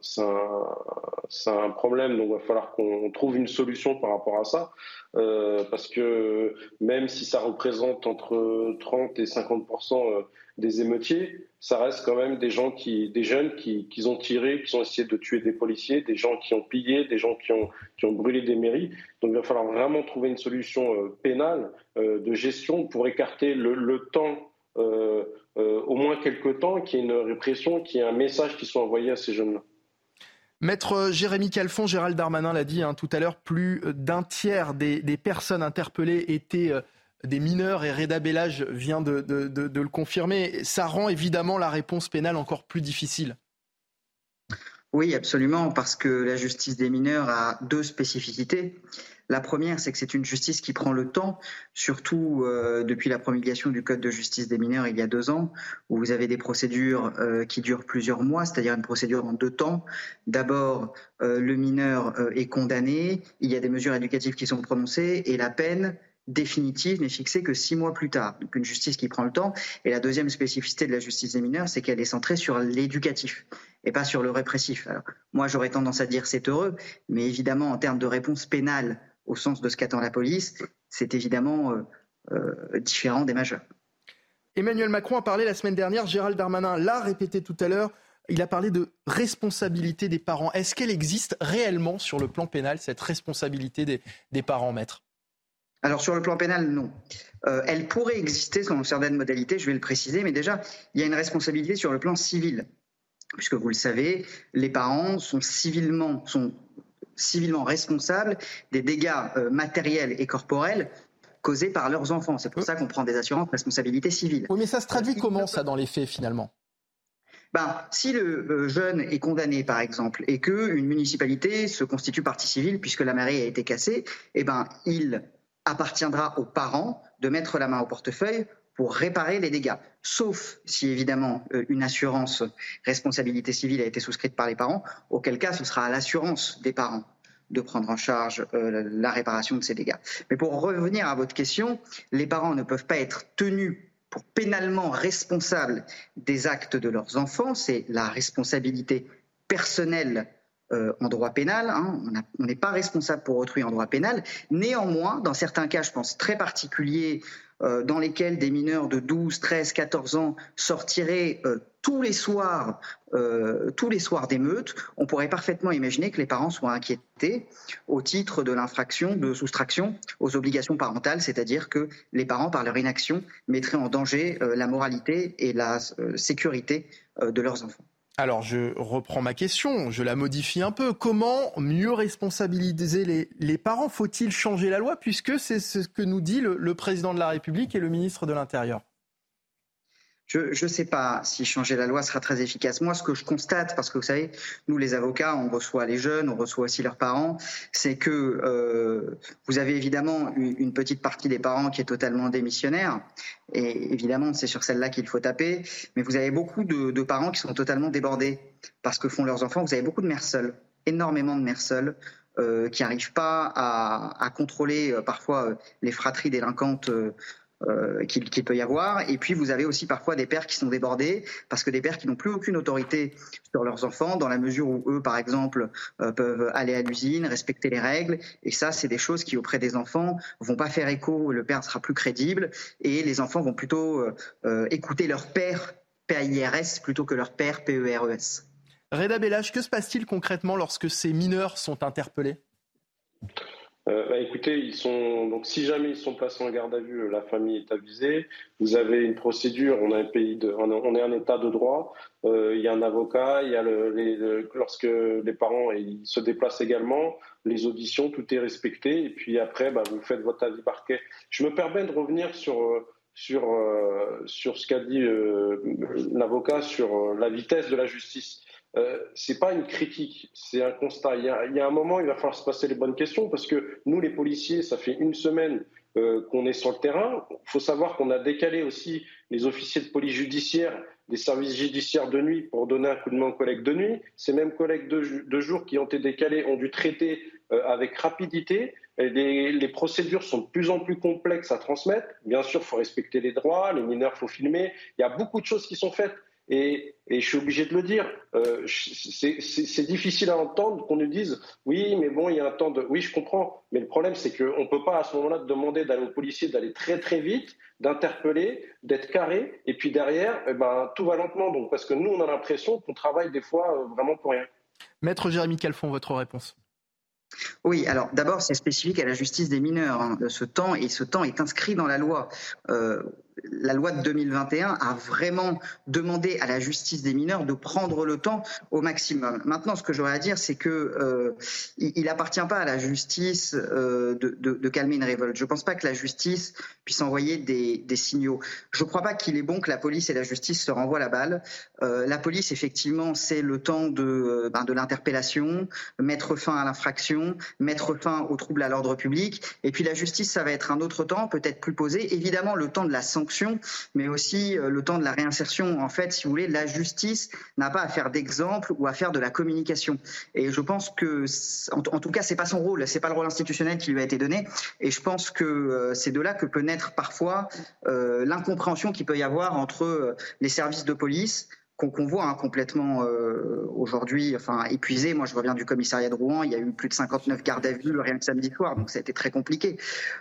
c'est un problème. Donc il va falloir qu'on trouve une solution par rapport à ça, parce que même si ça représente entre 30 et 50% des émeutiers, ça reste quand même des jeunes qui ont tiré, qui ont essayé de tuer des policiers, des gens qui ont pillé, des gens qui ont brûlé des mairies. Donc il va falloir vraiment trouver une solution pénale de gestion pour écarter le temps. Au moins quelques temps, qu'il y ait une répression, qu'il y ait un message qui soit envoyé à ces jeunes-là. Maître Jérémy Calfon, Gérald Darmanin l'a dit tout à l'heure, plus d'un tiers des personnes interpellées étaient des mineurs et Reda Bellage vient de le confirmer. Ça rend évidemment la réponse pénale encore plus difficile. Oui, absolument, parce que la justice des mineurs a deux spécificités. La première, c'est que c'est une justice qui prend le temps, surtout depuis la promulgation du Code de justice des mineurs il y a 2 ans, où vous avez des procédures qui durent plusieurs mois, c'est-à-dire une procédure en 2 temps. D'abord, le mineur est condamné, il y a des mesures éducatives qui sont prononcées et la peine définitive n'est fixée que 6 mois plus tard. Donc une justice qui prend le temps. Et la deuxième spécificité de la justice des mineurs, c'est qu'elle est centrée sur l'éducatif et pas sur le répressif. Alors, moi, j'aurais tendance à dire c'est heureux, mais évidemment, en termes de réponse pénale, au sens de ce qu'attend la police, c'est évidemment différent des majeurs. Emmanuel Macron a parlé la semaine dernière, Gérald Darmanin l'a répété tout à l'heure, il a parlé de responsabilité des parents. Est-ce qu'elle existe réellement sur le plan pénal, cette responsabilité des parents, maître ? Alors sur le plan pénal, non. Elle pourrait exister selon certaines modalités, je vais le préciser, mais déjà, il y a une responsabilité sur le plan civil. Puisque vous le savez, les parents sont civilement responsables des dégâts matériels et corporels causés par leurs enfants. C'est pour ça qu'on prend des assurances responsabilité civile. Oui, mais ça se traduit comment ça dans les faits finalement ? Si le jeune est condamné, par exemple, et qu'une municipalité se constitue partie civile puisque la mairie a été cassée, il appartiendra aux parents de mettre la main au portefeuille pour réparer les dégâts. Sauf si, évidemment, une assurance responsabilité civile a été souscrite par les parents, auquel cas ce sera à l'assurance des parents de prendre en charge la réparation de ces dégâts. Mais pour revenir à votre question, les parents ne peuvent pas être tenus pour pénalement responsables des actes de leurs enfants. C'est la responsabilité personnelle en droit pénal. On n'est pas responsable pour autrui en droit pénal. Néanmoins, dans certains cas, je pense très particuliers, dans lesquels des mineurs de 12, 13, 14 ans sortiraient tous les soirs d'émeutes, on pourrait parfaitement imaginer que les parents soient inquiétés au titre de l'infraction de soustraction aux obligations parentales, c'est-à-dire que les parents, par leur inaction, mettraient en danger la moralité et la sécurité de leurs enfants. Alors, je reprends ma question, je la modifie un peu. Comment mieux responsabiliser les parents ? Faut-il changer la loi ? Puisque c'est ce que nous dit le président de la République et le ministre de l'Intérieur. Je ne sais pas si changer la loi sera très efficace. Moi, ce que je constate, parce que vous savez, nous les avocats, on reçoit les jeunes, on reçoit aussi leurs parents, c'est que vous avez évidemment une petite partie des parents qui est totalement démissionnaire, et évidemment c'est sur celle-là qu'il faut taper, mais vous avez beaucoup de parents qui sont totalement débordés par ce que font leurs enfants. Vous avez beaucoup de mères seules, énormément de mères seules, qui n'arrivent pas à contrôler parfois les fratries délinquantes qu'il peut y avoir. Et puis vous avez aussi parfois des pères qui sont débordés, parce que des pères qui n'ont plus aucune autorité sur leurs enfants, dans la mesure où eux, par exemple, peuvent aller à l'usine, respecter les règles. Et ça, c'est des choses qui, auprès des enfants, vont pas faire écho, le père sera plus crédible, et les enfants vont plutôt écouter leur père, PAIRS, plutôt que leur père, PERES. Reda Bellage, que se passe-t-il concrètement lorsque ces mineurs sont interpellés ? Écoutez, si jamais ils sont placés en garde à vue, la famille est avisée. Vous avez une procédure. On est un État de droit. Il y a un avocat. Il y a lorsque les parents ils se déplacent également, les auditions, tout est respecté. Et puis après, vous faites votre avis parquet. Je me permets de revenir sur ce qu'a dit l'avocat sur la vitesse de la justice. C'est pas une critique, c'est un constat. Il y a un moment, il va falloir se passer les bonnes questions parce que nous, les policiers, ça fait une semaine qu'on est sur le terrain. Il faut savoir qu'on a décalé aussi les officiers de police judiciaire des services judiciaires de nuit pour donner un coup de main aux collègues de nuit. Ces mêmes collègues de jour qui ont été décalés ont dû traiter avec rapidité. Les procédures sont de plus en plus complexes à transmettre. Bien sûr, il faut respecter les droits, les mineurs, il faut filmer. Il y a beaucoup de choses qui sont faites. Et je suis obligé de le dire, c'est difficile à entendre qu'on nous dise « oui, mais bon, il y a un temps de… » Oui, je comprends, mais le problème, c'est qu'on ne peut pas à ce moment-là demander d'aller aux policiers d'aller très très vite, d'interpeller, d'être carré, et puis derrière, tout va lentement. Donc, parce que nous, on a l'impression qu'on travaille des fois vraiment pour rien. Maître Jérémy Calfon, votre réponse. Oui, alors d'abord, c'est spécifique à la justice des mineurs, ce temps, et ce temps est inscrit dans la loi. La loi de 2021 a vraiment demandé à la justice des mineurs de prendre le temps au maximum. Maintenant, ce que j'aurais à dire, c'est que il appartient pas à la justice de calmer une révolte. Je pense pas que la justice puisse envoyer des signaux. Je crois pas qu'il est bon que la police et la justice se renvoient la balle. La police, effectivement, c'est le temps de l'interpellation, mettre fin à l'infraction, mettre fin aux troubles à l'ordre public. Et puis la justice, ça va être un autre temps, peut-être plus posé. Évidemment, le temps de la sanction, mais aussi le temps de la réinsertion. En fait, si vous voulez, la justice n'a pas à faire d'exemple ou à faire de la communication. Et je pense que, en tout cas, c'est pas son rôle, c'est pas le rôle institutionnel qui lui a été donné. Et je pense que c'est de là que peut naître parfois l'incompréhension qu'il peut y avoir entre les services de police, qu'on voit complètement aujourd'hui épuisé. Moi, je reviens du commissariat de Rouen, il y a eu plus de 59 gardes à vue rien que samedi soir, donc ça a été très compliqué.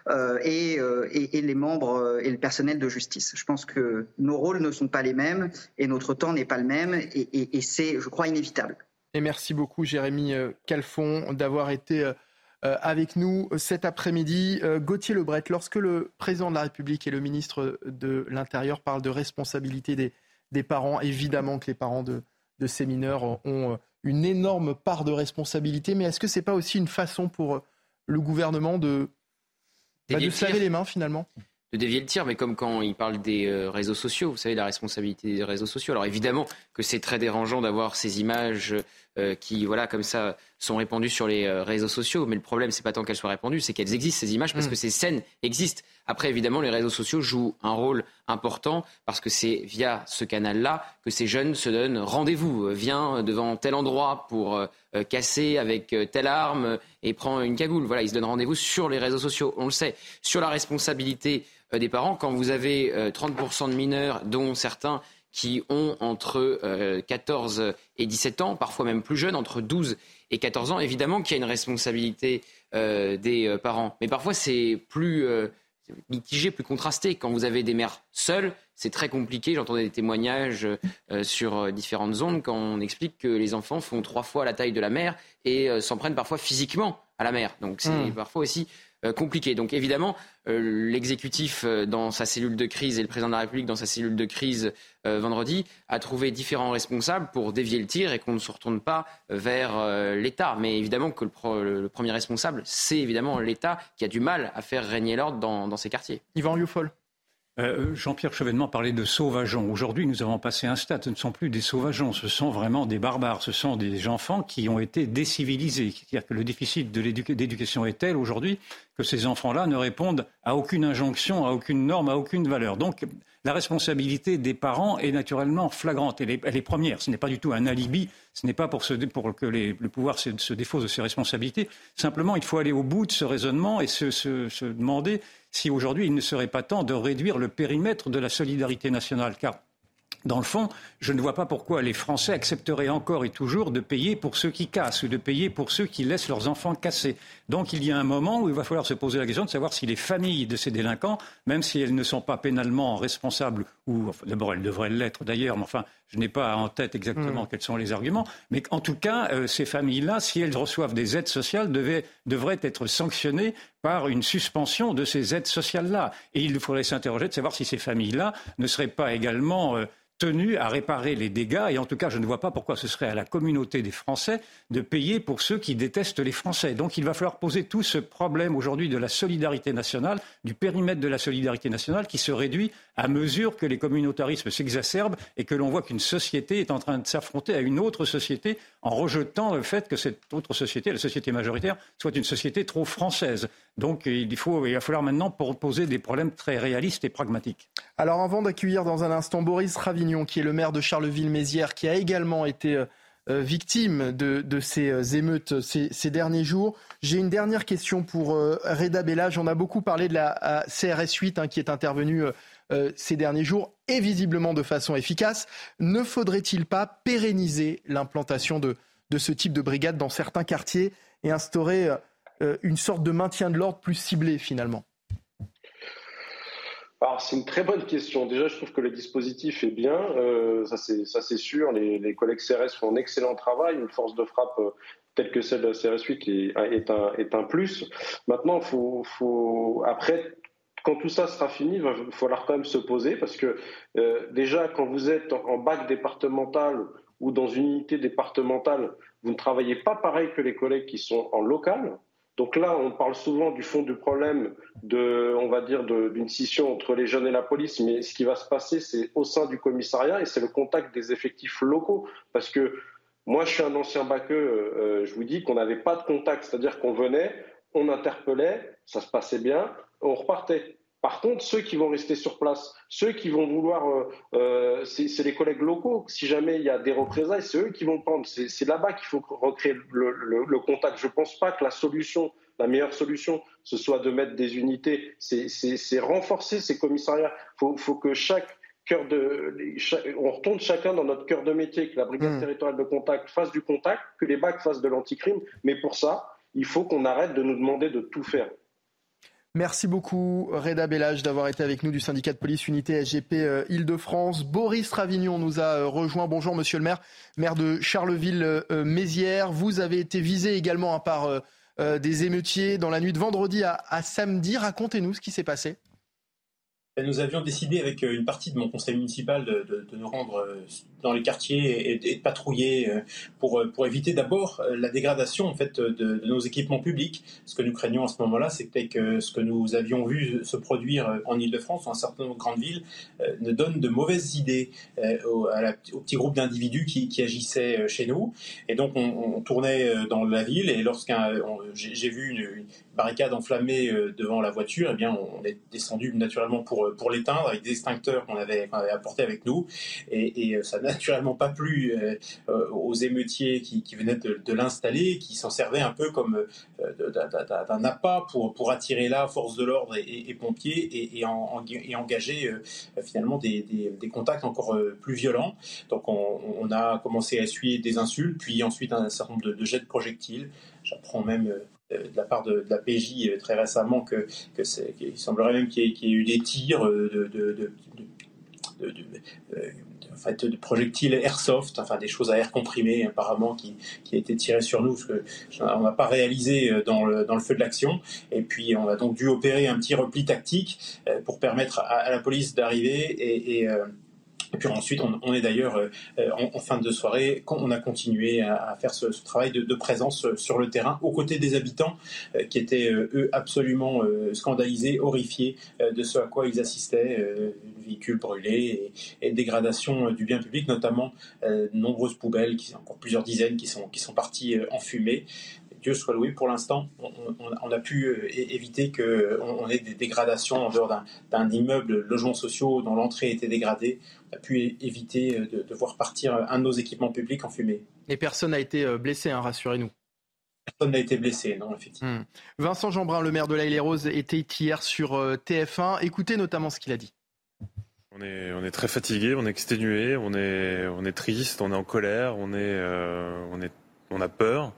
Et les membres et le personnel de justice. Je pense que nos rôles ne sont pas les mêmes et notre temps n'est pas le même et c'est, je crois, inévitable. Et merci beaucoup Jérémy Calfon d'avoir été avec nous cet après-midi. Gauthier Lebret, lorsque le président de la République et le ministre de l'Intérieur parlent de responsabilité des parents, évidemment que les parents de ces mineurs ont une énorme part de responsabilité, mais est-ce que ce n'est pas aussi une façon pour le gouvernement de se laver les mains finalement ? De dévier le tir, mais comme quand il parle des réseaux sociaux, vous savez, la responsabilité des réseaux sociaux. Alors évidemment que c'est très dérangeant d'avoir ces images qui, comme ça, sont répandues sur les réseaux sociaux. Mais le problème, c'est pas tant qu'elles soient répandues, c'est qu'elles existent, ces images, parce que ces scènes existent. Après, évidemment, les réseaux sociaux jouent un rôle important parce que c'est via ce canal-là que ces jeunes se donnent rendez-vous. Viens devant tel endroit pour casser avec telle arme et prends une cagoule. Voilà, ils se donnent rendez-vous sur les réseaux sociaux. On le sait. Sur la responsabilité des parents, quand vous avez 30% de mineurs, dont certains qui ont entre 14 et 17 ans, parfois même plus jeunes, entre 12 et 14 ans, évidemment qu'il y a une responsabilité des parents. Mais parfois, c'est plus mitigé, plus contrasté. Quand vous avez des mères seules, c'est très compliqué. J'entendais des témoignages sur différentes zones quand on explique que les enfants font 3 fois la taille de la mère et s'en prennent parfois physiquement à la mère. Donc c'est parfois aussi compliqué. Donc évidemment, l'exécutif dans sa cellule de crise et le président de la République dans sa cellule de crise vendredi a trouvé différents responsables pour dévier le tir et qu'on ne se retourne pas vers l'État. Mais évidemment que le premier responsable, c'est évidemment l'État qui a du mal à faire régner l'ordre dans ces quartiers. Yvan Rioufol. Jean-Pierre Chevènement parlait de sauvageons. Aujourd'hui, nous avons passé un stade. Ce ne sont plus des sauvageons, ce sont vraiment des barbares. Ce sont des enfants qui ont été décivilisés. C'est-à-dire que le déficit d'éducation est tel aujourd'hui que ces enfants-là ne répondent à aucune injonction, à aucune norme, à aucune valeur. Donc, la responsabilité des parents est naturellement flagrante. Elle est première. Ce n'est pas du tout un alibi. Ce n'est pas pour que le pouvoir se défausse de ses responsabilités. Simplement, il faut aller au bout de ce raisonnement et se demander si aujourd'hui il ne serait pas temps de réduire le périmètre de la solidarité nationale. Car Dans le fond, je ne vois pas pourquoi les Français accepteraient encore et toujours de payer pour ceux qui cassent ou de payer pour ceux qui laissent leurs enfants casser. Donc il y a un moment où il va falloir se poser la question de savoir si les familles de ces délinquants, même si elles ne sont pas pénalement responsables, ou d'abord elles devraient l'être d'ailleurs, mais enfin je n'ai pas en tête exactement quels sont les arguments, mais en tout cas ces familles-là, si elles reçoivent des aides sociales, devraient être sanctionnées par une suspension de ces aides sociales-là. Et il faudrait s'interroger de savoir si ces familles-là ne seraient pas également tenu à réparer les dégâts. Et en tout cas, je ne vois pas pourquoi ce serait à la communauté des Français de payer pour ceux qui détestent les Français. Donc il va falloir poser tout ce problème aujourd'hui de la solidarité nationale, du périmètre de la solidarité nationale qui se réduit à mesure que les communautarismes s'exacerbent et que l'on voit qu'une société est en train de s'affronter à une autre société en rejetant le fait que cette autre société, la société majoritaire, soit une société trop française. Donc il va falloir maintenant poser des problèmes très réalistes et pragmatiques. Alors avant d'accueillir dans un instant Boris Ravignon, qui est le maire de Charleville-Mézières, qui a également été victime de ces émeutes ces derniers jours, j'ai une dernière question pour Reda Bellage. On a beaucoup parlé de la CRS 8 qui est intervenue ces derniers jours et visiblement de façon efficace. Ne faudrait-il pas pérenniser l'implantation de ce type de brigade dans certains quartiers et instaurer une sorte de maintien de l'ordre plus ciblé finalement ? Alors, c'est une très bonne question. Déjà, je trouve que le dispositif est bien, ça c'est sûr. Les collègues CRS font un excellent travail. Une force de frappe telle que celle de la CRS 8 est un plus. Maintenant, après, quand tout ça sera fini, il va falloir quand même se poser parce que déjà, quand vous êtes en bac départemental ou dans une unité départementale, vous ne travaillez pas pareil que les collègues qui sont en local. Donc là, on parle souvent du fond du problème d'une scission entre les jeunes et la police, mais ce qui va se passer, c'est au sein du commissariat et c'est le contact des effectifs locaux. Parce que moi, je suis un ancien baqueux, je vous dis qu'on n'avait pas de contact, c'est-à-dire qu'on venait, on interpellait, ça se passait bien, on repartait. Par contre, ceux qui vont rester sur place, ceux qui vont vouloir, c'est les collègues locaux. Si jamais il y a des représailles, c'est eux qui vont prendre. C'est là-bas qu'il faut recréer le contact. Je ne pense pas que la meilleure solution, ce soit de mettre des unités. C'est renforcer ces commissariats. Faut que on retourne chacun dans notre cœur de métier, que la brigade territoriale de contact fasse du contact, que les BAC fassent de l'anticrime. Mais pour ça, il faut qu'on arrête de nous demander de tout faire. Merci beaucoup Reda Bellage d'avoir été avec nous du syndicat de police Unité SGP Île-de-France. Boris Ravignon nous a rejoint. Bonjour monsieur le maire de Charleville-Mézières. Vous avez été visé également par des émeutiers dans la nuit de vendredi à samedi. Racontez-nous ce qui s'est passé. Nous avions décidé avec une partie de mon conseil municipal de nous rendre dans les quartiers et de patrouiller pour éviter d'abord la dégradation en fait de nos équipements publics. Ce que nous craignons à ce moment-là, c'était que ce que nous avions vu se produire en Île-de-France, dans un certain nombre de grandes villes, ne donne de mauvaises idées au petit groupe d'individus qui agissaient chez nous. Et donc on tournait dans la ville et j'ai vu une barricade enflammée devant la voiture, eh bien on est descendu naturellement pour l'éteindre avec des extincteurs qu'on avait apportés avec nous et ça n'a naturellement pas plu aux émeutiers qui venaient de l'installer, qui s'en servaient un peu comme d'un appât pour attirer là force de l'ordre et pompiers et engager finalement des contacts encore plus violents. Donc on a commencé à essuyer des insultes, puis ensuite un certain nombre de jets de projectiles. J'apprends même de la part de la PJ très récemment qu'il semblerait même qu'il y ait eu des tirs de projectiles airsoft, enfin des choses à air comprimé apparemment qui a été tiré sur nous, parce qu'on n'a pas réalisé dans le feu de l'action. Et puis on a donc dû opérer un petit repli tactique pour permettre à la police d'arriver et puis ensuite, on est d'ailleurs en fin de soirée, on a continué à faire ce travail de présence sur le terrain, aux côtés des habitants qui étaient, eux, absolument scandalisés, horrifiés de ce à quoi ils assistaient, véhicules brûlés et dégradation du bien public, notamment de nombreuses poubelles, encore plusieurs dizaines qui sont parties en fumée. Dieu soit loué, pour l'instant, on a pu éviter qu'on ait des dégradations en dehors d'un immeuble, logements sociaux dont l'entrée était dégradée. On a pu éviter de voir partir un de nos équipements publics en fumée. Et personne n'a été blessé, rassurez-nous. Personne n'a été blessé, non, effectivement. Vincent Jeanbrun, le maire de l'Haye-les-Roses, était hier sur TF1. Écoutez notamment ce qu'il a dit. On est très fatigué, on est exténué, on est triste, on est en colère, on a peur.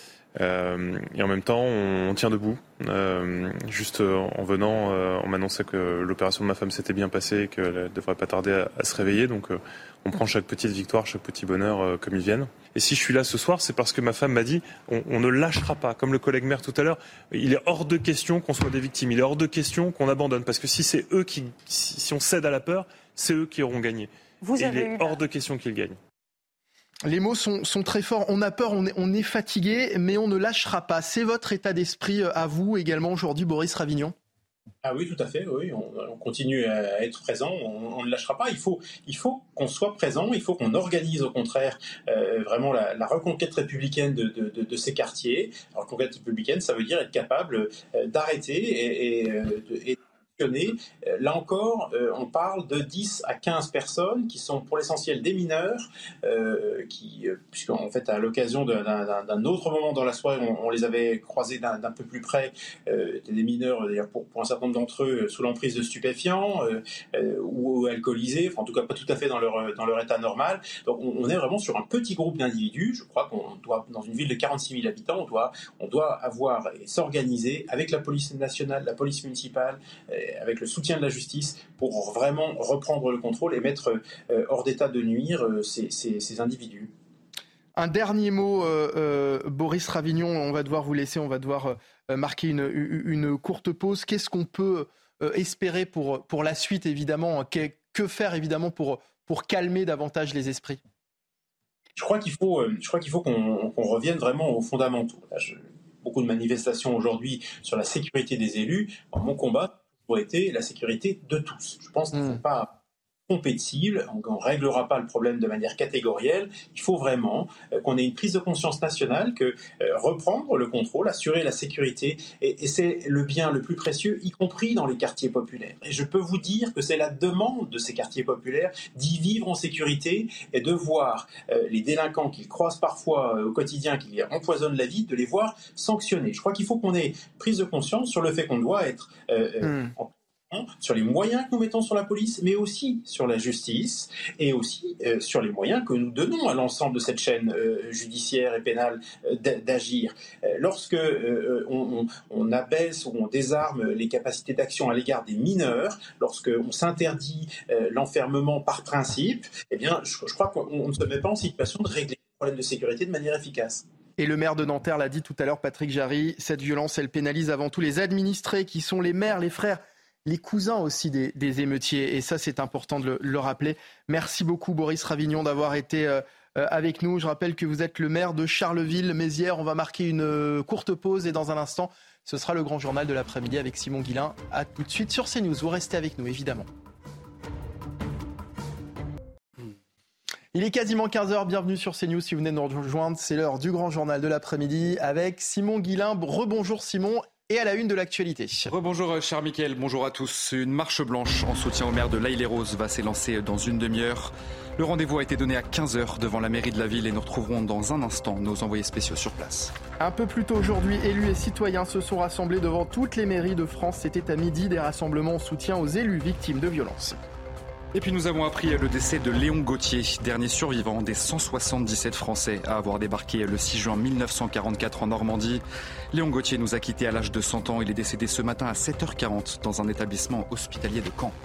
Et en même temps, on tient debout. Juste en venant, on m'annonçait que l'opération de ma femme s'était bien passée et qu'elle ne devrait pas tarder à se réveiller. Donc on prend chaque petite victoire, chaque petit bonheur comme ils viennent. Et si je suis là ce soir, c'est parce que ma femme m'a dit on ne lâchera pas. Comme le collègue maire tout à l'heure, il est hors de question qu'on soit des victimes. Il est hors de question qu'on abandonne. Parce que si c'est eux si on cède à la peur, c'est eux qui auront gagné. Il est hors de question qu'ils gagnent. Les mots sont très forts. On a peur, on est fatigué, mais on ne lâchera pas. C'est votre état d'esprit à vous également aujourd'hui, Boris Ravignon ? Ah oui, tout à fait. Oui, on continue à être présent. On ne lâchera pas. Il faut qu'on soit présent. Il faut qu'on organise, au contraire, vraiment la reconquête républicaine de ces quartiers. La reconquête républicaine, ça veut dire être capable d'arrêter et là encore, on parle de 10 à 15 personnes qui sont pour l'essentiel des mineurs, puisqu'en fait, à l'occasion d'un autre moment dans la soirée, on les avait croisés d'un peu plus près, des mineurs, d'ailleurs, pour un certain nombre d'entre eux, sous l'emprise de stupéfiants ou alcoolisés, enfin, en tout cas pas tout à fait dans leur état normal. Donc on est vraiment sur un petit groupe d'individus. Je crois qu'on doit, dans une ville de 46 000 habitants, on doit avoir et s'organiser avec la police nationale, la police municipale, avec le soutien de la justice pour vraiment reprendre le contrôle et mettre hors d'état de nuire ces individus. Un dernier mot, Boris Ravignon, on va devoir vous laisser, on va devoir marquer une courte pause. Qu'est-ce qu'on peut espérer pour la suite, évidemment ? Que faire, évidemment, pour calmer davantage les esprits ? Je crois qu'il faut qu'on revienne vraiment aux fondamentaux. Là, beaucoup de manifestations aujourd'hui sur la sécurité des élus. Mon combat a été la sécurité de tous. Je pense que ce n'est pas compatible, on ne réglera pas le problème de manière catégorielle. Il faut vraiment qu'on ait une prise de conscience nationale que reprendre le contrôle, assurer la sécurité, et c'est le bien le plus précieux, y compris dans les quartiers populaires. Et je peux vous dire que c'est la demande de ces quartiers populaires d'y vivre en sécurité et de voir les délinquants qu'ils croisent parfois au quotidien, qui leur empoisonnent la vie, de les voir sanctionnés. Je crois qu'il faut qu'on ait prise de conscience sur le fait qu'on doit être sur les moyens que nous mettons sur la police, mais aussi sur la justice, et aussi sur les moyens que nous donnons à l'ensemble de cette chaîne judiciaire et pénale d'agir. Lorsque on abaisse ou on désarme les capacités d'action à l'égard des mineurs, lorsque on s'interdit l'enfermement par principe, eh bien, je crois qu'on ne se met pas en situation de régler le problème de sécurité de manière efficace. Et le maire de Nanterre l'a dit tout à l'heure, Patrick Jarry, cette violence, elle pénalise avant tout les administrés qui sont les mères, les frères, les cousins aussi des émeutiers. Et ça, c'est important de le rappeler. Merci beaucoup, Boris Ravignon, d'avoir été avec nous. Je rappelle que vous êtes le maire de Charleville-Mézières. On va marquer une courte pause et dans un instant, ce sera le grand journal de l'après-midi avec Simon Guillain. À tout de suite sur CNews. Vous restez avec nous, évidemment. Il est quasiment 15h, bienvenue sur CNews. Si vous venez de nous rejoindre, c'est l'heure du grand journal de l'après-midi avec Simon Guillain. Rebonjour Simon. Et à la une de l'actualité. Rebonjour cher Mickaël, bonjour à tous. Une marche blanche en soutien au maire de l'Haye-les-Roses va s'élancer dans une demi-heure. Le rendez-vous a été donné à 15h devant la mairie de la ville et nous retrouverons dans un instant nos envoyés spéciaux sur place. Un peu plus tôt aujourd'hui, élus et citoyens se sont rassemblés devant toutes les mairies de France. C'était à midi, des rassemblements en soutien aux élus victimes de violences. Et puis nous avons appris le décès de Léon Gauthier, dernier survivant des 177 Français à avoir débarqué le 6 juin 1944 en Normandie. Léon Gauthier nous a quittés à l'âge de 100 ans. Il est décédé ce matin à 7h40 dans un établissement hospitalier de Caen.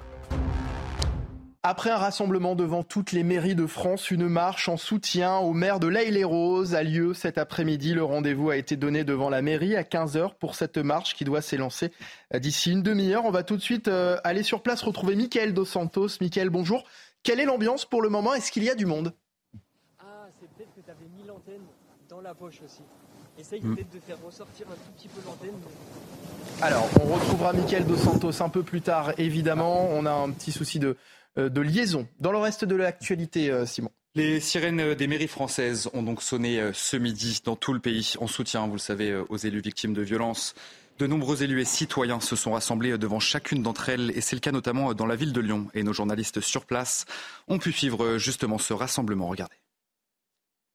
Après un rassemblement devant toutes les mairies de France, une marche en soutien au maire de l'Haye-les-Roses a lieu cet après-midi. Le rendez-vous a été donné devant la mairie à 15h pour cette marche qui doit s'élancer d'ici une demi-heure. On va tout de suite aller sur place retrouver Mickaël Dos Santos. Mickaël, bonjour. Quelle est l'ambiance pour le moment ? Est-ce qu'il y a du monde ? Ah, c'est peut-être que tu avais mis l'antenne dans la poche aussi. Essaye peut-être de faire ressortir un tout petit peu l'antenne. Alors, on retrouvera Mickaël Dos Santos un peu plus tard, évidemment. On a un petit souci de liaison. Dans le reste de l'actualité, Simon. Les sirènes des mairies françaises ont donc sonné ce midi dans tout le pays en soutien, vous le savez, aux élus victimes de violences. De nombreux élus et citoyens se sont rassemblés devant chacune d'entre elles et c'est le cas notamment dans la ville de Lyon. Et nos journalistes sur place ont pu suivre justement ce rassemblement. Regardez.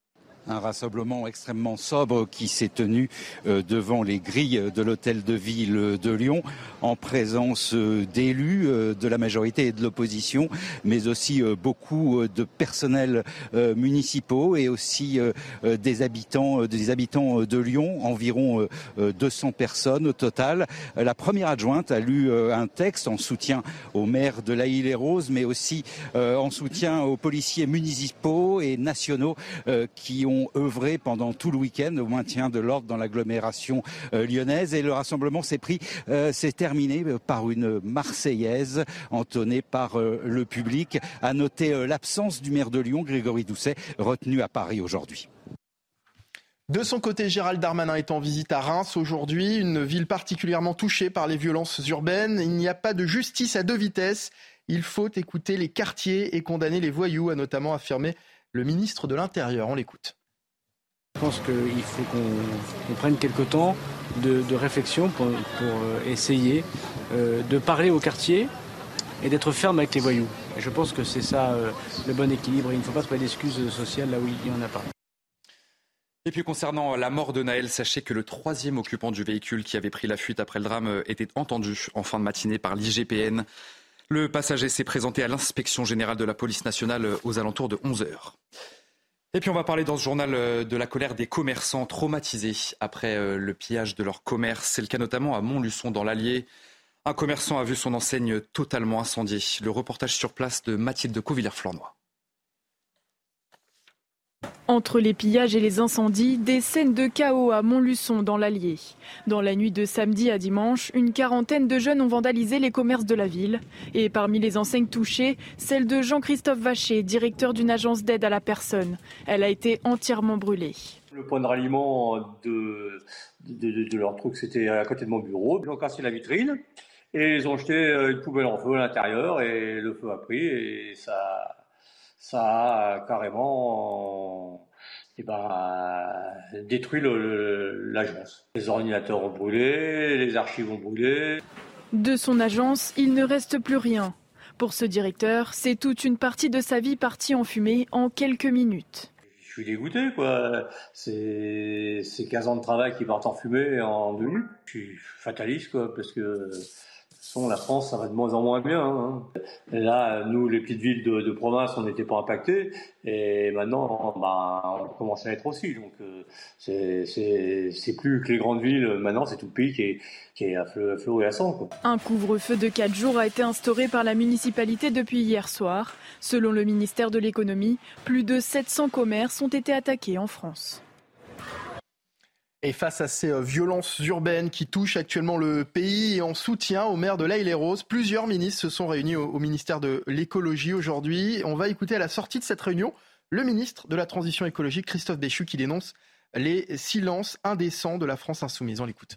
Un rassemblement extrêmement sobre qui s'est tenu devant les grilles de l'hôtel de ville de Lyon, en présence d'élus de la majorité et de l'opposition, mais aussi beaucoup de personnels municipaux et aussi des habitants de Lyon, environ 200 personnes au total. La première adjointe a lu un texte en soutien au maire de l'Haÿ-les-Roses, mais aussi en soutien aux policiers municipaux et nationaux qui ont œuvré pendant tout le week-end au maintien de l'ordre dans l'agglomération lyonnaise. Et le rassemblement s'est terminé par une Marseillaise entonnée par le public. À noter l'absence du maire de Lyon, Grégory Doucet, retenu à Paris aujourd'hui. De son côté, Gérald Darmanin est en visite à Reims aujourd'hui, une ville particulièrement touchée par les violences urbaines. Il n'y a pas de justice à deux vitesses. Il faut écouter les quartiers et condamner les voyous, a notamment affirmé le ministre de l'Intérieur. On l'écoute. Je pense qu'il faut qu'on prenne quelques temps de réflexion pour essayer de parler au quartier et d'être ferme avec les voyous. Et je pense que c'est ça le bon équilibre. Il ne faut pas trouver d'excuses sociales là où il n'y en a pas. Et puis concernant la mort de Naël, sachez que le troisième occupant du véhicule qui avait pris la fuite après le drame était entendu en fin de matinée par l'IGPN. Le passager s'est présenté à l'inspection générale de la police nationale aux alentours de 11h. Et puis on va parler dans ce journal de la colère des commerçants traumatisés après le pillage de leur commerce. C'est le cas notamment à Montluçon dans l'Allier. Un commerçant a vu son enseigne totalement incendiée. Le reportage sur place de Mathilde Covillère-Flornois. Entre les pillages et les incendies, des scènes de chaos à Montluçon dans l'Allier. Dans la nuit de samedi à dimanche, une quarantaine de jeunes ont vandalisé les commerces de la ville. Et parmi les enseignes touchées, celle de Jean-Christophe Vacher, directeur d'une agence d'aide à la personne. Elle a été entièrement brûlée. Le point de ralliement de leur truc, c'était à côté de mon bureau. Ils ont cassé la vitrine et ils ont jeté une poubelle en feu à l'intérieur et le feu a pris et ça a carrément détruit l'agence. Les ordinateurs ont brûlé, les archives ont brûlé. De son agence, il ne reste plus rien. Pour ce directeur, c'est toute une partie de sa vie partie en fumée en quelques minutes. Je suis dégoûté, quoi. C'est 15 ans de travail qui partent en fumée en 2 minutes. Je suis fataliste, quoi, parce que... La France, ça va de moins en moins bien. Hein. Là, nous, les petites villes de province, on n'était pas impactés. Et maintenant, on commence à être aussi. Donc, c'est plus que les grandes villes. Maintenant, c'est tout le pays qui est à flot et à sang, quoi. Un couvre-feu de 4 jours a été instauré par la municipalité depuis hier soir. Selon le ministère de l'économie, plus de 700 commerces ont été attaqués en France. Et face à ces violences urbaines qui touchent actuellement le pays et en soutien au maire de l'Haÿ-les-Roses, plusieurs ministres se sont réunis au ministère de l'écologie aujourd'hui. On va écouter à la sortie de cette réunion le ministre de la Transition écologique, Christophe Béchu, qui dénonce les silences indécents de la France insoumise. On l'écoute.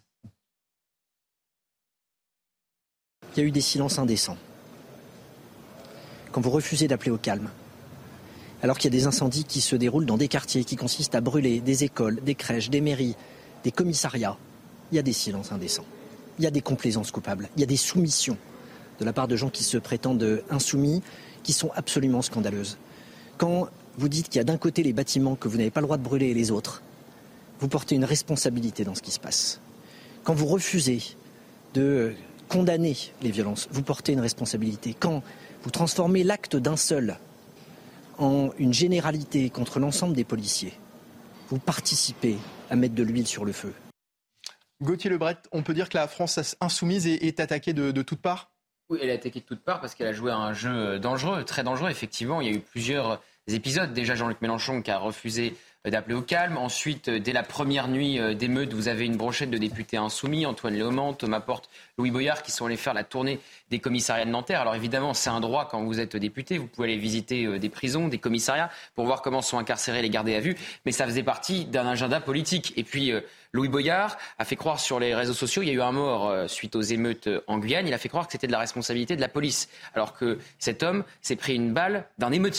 Il y a eu des silences indécents. Quand vous refusez d'appeler au calme, alors qu'il y a des incendies qui se déroulent dans des quartiers, qui consistent à brûler des écoles, des crèches, des mairies, des commissariats, il y a des silences indécents. Il y a des complaisances coupables. Il y a des soumissions de la part de gens qui se prétendent insoumis, qui sont absolument scandaleuses. Quand vous dites qu'il y a d'un côté les bâtiments que vous n'avez pas le droit de brûler et les autres, vous portez une responsabilité dans ce qui se passe. Quand vous refusez de condamner les violences, vous portez une responsabilité. Quand vous transformez l'acte d'un seul en une généralité contre l'ensemble des policiers, vous participez à mettre de l'huile sur le feu. Gauthier Lebret, on peut dire que la France insoumise est attaquée de toutes parts ? Oui, elle est attaquée de toutes parts parce qu'elle a joué à un jeu dangereux, très dangereux. Effectivement, il y a eu plusieurs épisodes. Déjà, Jean-Luc Mélenchon qui a refusé d'appeler au calme. Ensuite, dès la première nuit d'émeute, vous avez une brochette de députés insoumis, Antoine Léaumont, Thomas Porte, Louis Boyard, qui sont allés faire la tournée des commissariats de Nanterre. Alors évidemment, c'est un droit quand vous êtes député. Vous pouvez aller visiter des prisons, des commissariats, pour voir comment sont incarcérés les gardés à vue. Mais ça faisait partie d'un agenda politique. Et puis, Louis Boyard a fait croire sur les réseaux sociaux, il y a eu un mort suite aux émeutes en Guyane, il a fait croire que c'était de la responsabilité de la police. Alors que cet homme s'est pris une balle d'un émeutier.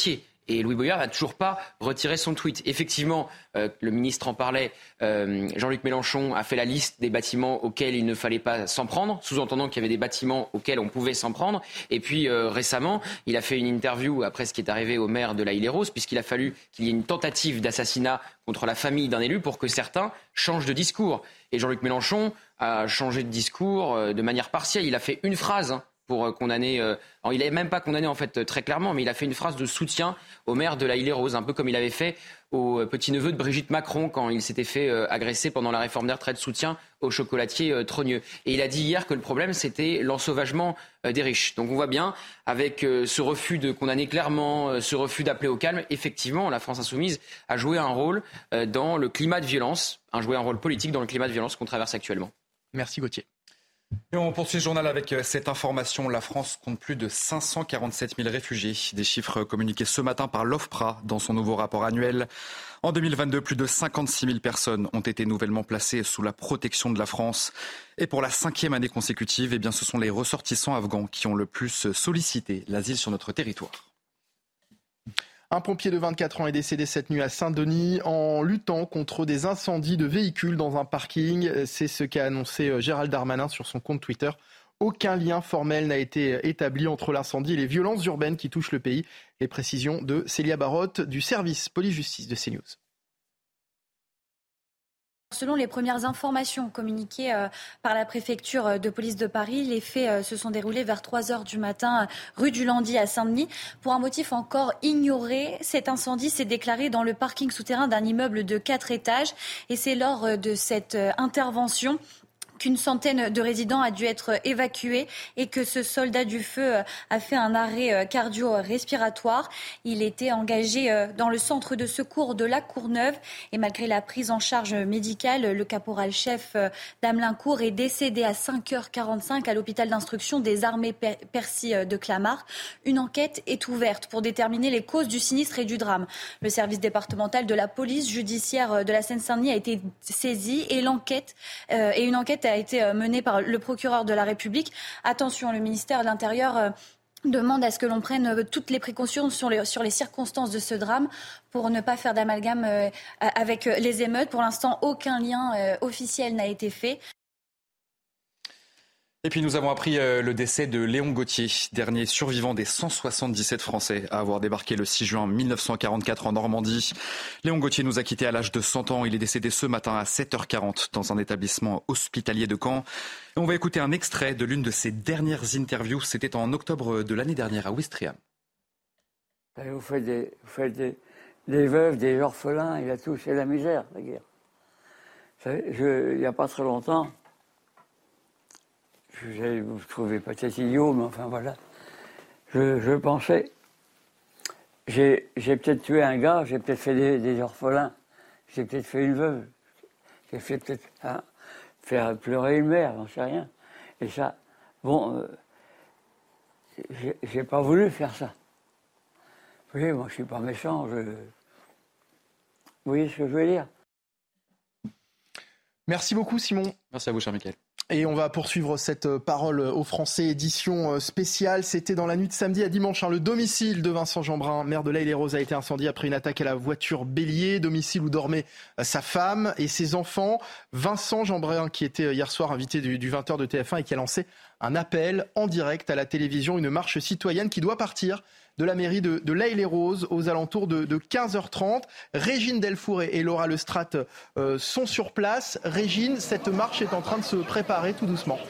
Et Louis Boyard n'a toujours pas retiré son tweet. Effectivement, le ministre en parlait, Jean-Luc Mélenchon a fait la liste des bâtiments auxquels il ne fallait pas s'en prendre, sous-entendant qu'il y avait des bâtiments auxquels on pouvait s'en prendre. Et puis récemment, il a fait une interview après ce qui est arrivé au maire de l'Haye-les-Roses, puisqu'il a fallu qu'il y ait une tentative d'assassinat contre la famille d'un élu pour que certains changent de discours. Et Jean-Luc Mélenchon a changé de discours de manière partielle. Il a fait une phrase pour condamner. Il n'avait même pas condamné en fait très clairement, mais il a fait une phrase de soutien au maire de l'Haye-les-Roses, un peu comme il avait fait au petit-neveu de Brigitte Macron quand il s'était fait agresser pendant la réforme des retraites, soutien au chocolatier Trogneux. Et il a dit hier que le problème c'était l'ensauvagement des riches. Donc on voit bien, avec ce refus de condamner clairement, ce refus d'appeler au calme, effectivement la France insoumise a joué un rôle dans le climat de violence, a joué un rôle politique dans le climat de violence qu'on traverse actuellement. Merci Gauthier. Et on poursuit le journal avec cette information. La France compte plus de 547 000 réfugiés. Des chiffres communiqués ce matin par l'OFPRA dans son nouveau rapport annuel. En 2022, plus de 56 000 personnes ont été nouvellement placées sous la protection de la France. Et pour la 5e année consécutive, eh bien, ce sont les ressortissants afghans qui ont le plus sollicité l'asile sur notre territoire. Un pompier de 24 ans est décédé cette nuit à Saint-Denis en luttant contre des incendies de véhicules dans un parking. C'est ce qu'a annoncé Gérald Darmanin sur son compte Twitter. Aucun lien formel n'a été établi entre l'incendie et les violences urbaines qui touchent le pays. Les précisions de Célia Barotte du service police-justice de CNews. Selon les premières informations communiquées par la préfecture de police de Paris, les faits se sont déroulés vers 3h du matin, rue du Landy à Saint-Denis. Pour un motif encore ignoré, cet incendie s'est déclaré dans le parking souterrain d'un immeuble de 4 étages. Et c'est lors de cette intervention qu'une centaine de résidents a dû être évacués et que ce soldat du feu a fait un arrêt cardio-respiratoire. Il était engagé dans le centre de secours de la Courneuve et malgré la prise en charge médicale, le caporal-chef d'Amelincourt est décédé à 5h45 à l'hôpital d'instruction des armées Percy de Clamart. Une enquête est ouverte pour déterminer les causes du sinistre et du drame. Le service départemental de la police judiciaire de la Seine-Saint-Denis a été saisi et une enquête a été menée par le procureur de la République. Attention, le ministère de l'Intérieur demande à ce que l'on prenne toutes les précautions sur les circonstances de ce drame pour ne pas faire d'amalgame avec les émeutes. Pour l'instant, aucun lien officiel n'a été fait. Et puis nous avons appris le décès de Léon Gauthier, dernier survivant des 177 Français à avoir débarqué le 6 juin 1944 en Normandie. Léon Gauthier nous a quittés à l'âge de 100 ans. Il est décédé ce matin à 7h40 dans un établissement hospitalier de Caen. Et on va écouter un extrait de l'une de ses dernières interviews. C'était en octobre de l'année dernière à Ouistreham. Vous faites des veuves, des orphelins, il a tout, c'est la misère, la guerre. Il n'y a pas très longtemps, vous trouvez peut-être idiot, mais enfin voilà. Je pensais, j'ai peut-être tué un gars, j'ai peut-être fait des orphelins, j'ai peut-être fait une veuve, j'ai fait peut-être faire pleurer une mère, j'en sais rien. Et ça, bon, j'ai pas voulu faire ça. Vous voyez, moi je suis pas méchant, Vous voyez ce que je veux dire? Merci beaucoup Simon. Merci à vous, cher Mickaël. Et on va poursuivre cette parole aux Français, édition spéciale. C'était dans la nuit de samedi à dimanche. Le domicile de Vincent Jeanbrun, maire de l'Haye-les-Roses, a été incendié après une attaque à la voiture bélier. Domicile où dormaient sa femme et ses enfants. Vincent Jeanbrun, qui était hier soir invité du 20h de TF1 et qui a lancé un appel en direct à la télévision, une marche citoyenne qui doit partir de la mairie de l'Haye-les-Roses aux alentours de 15h30. Régine Delfour et Laura Lestrade sont sur place. Régine, cette marche est en train de se préparer tout doucement.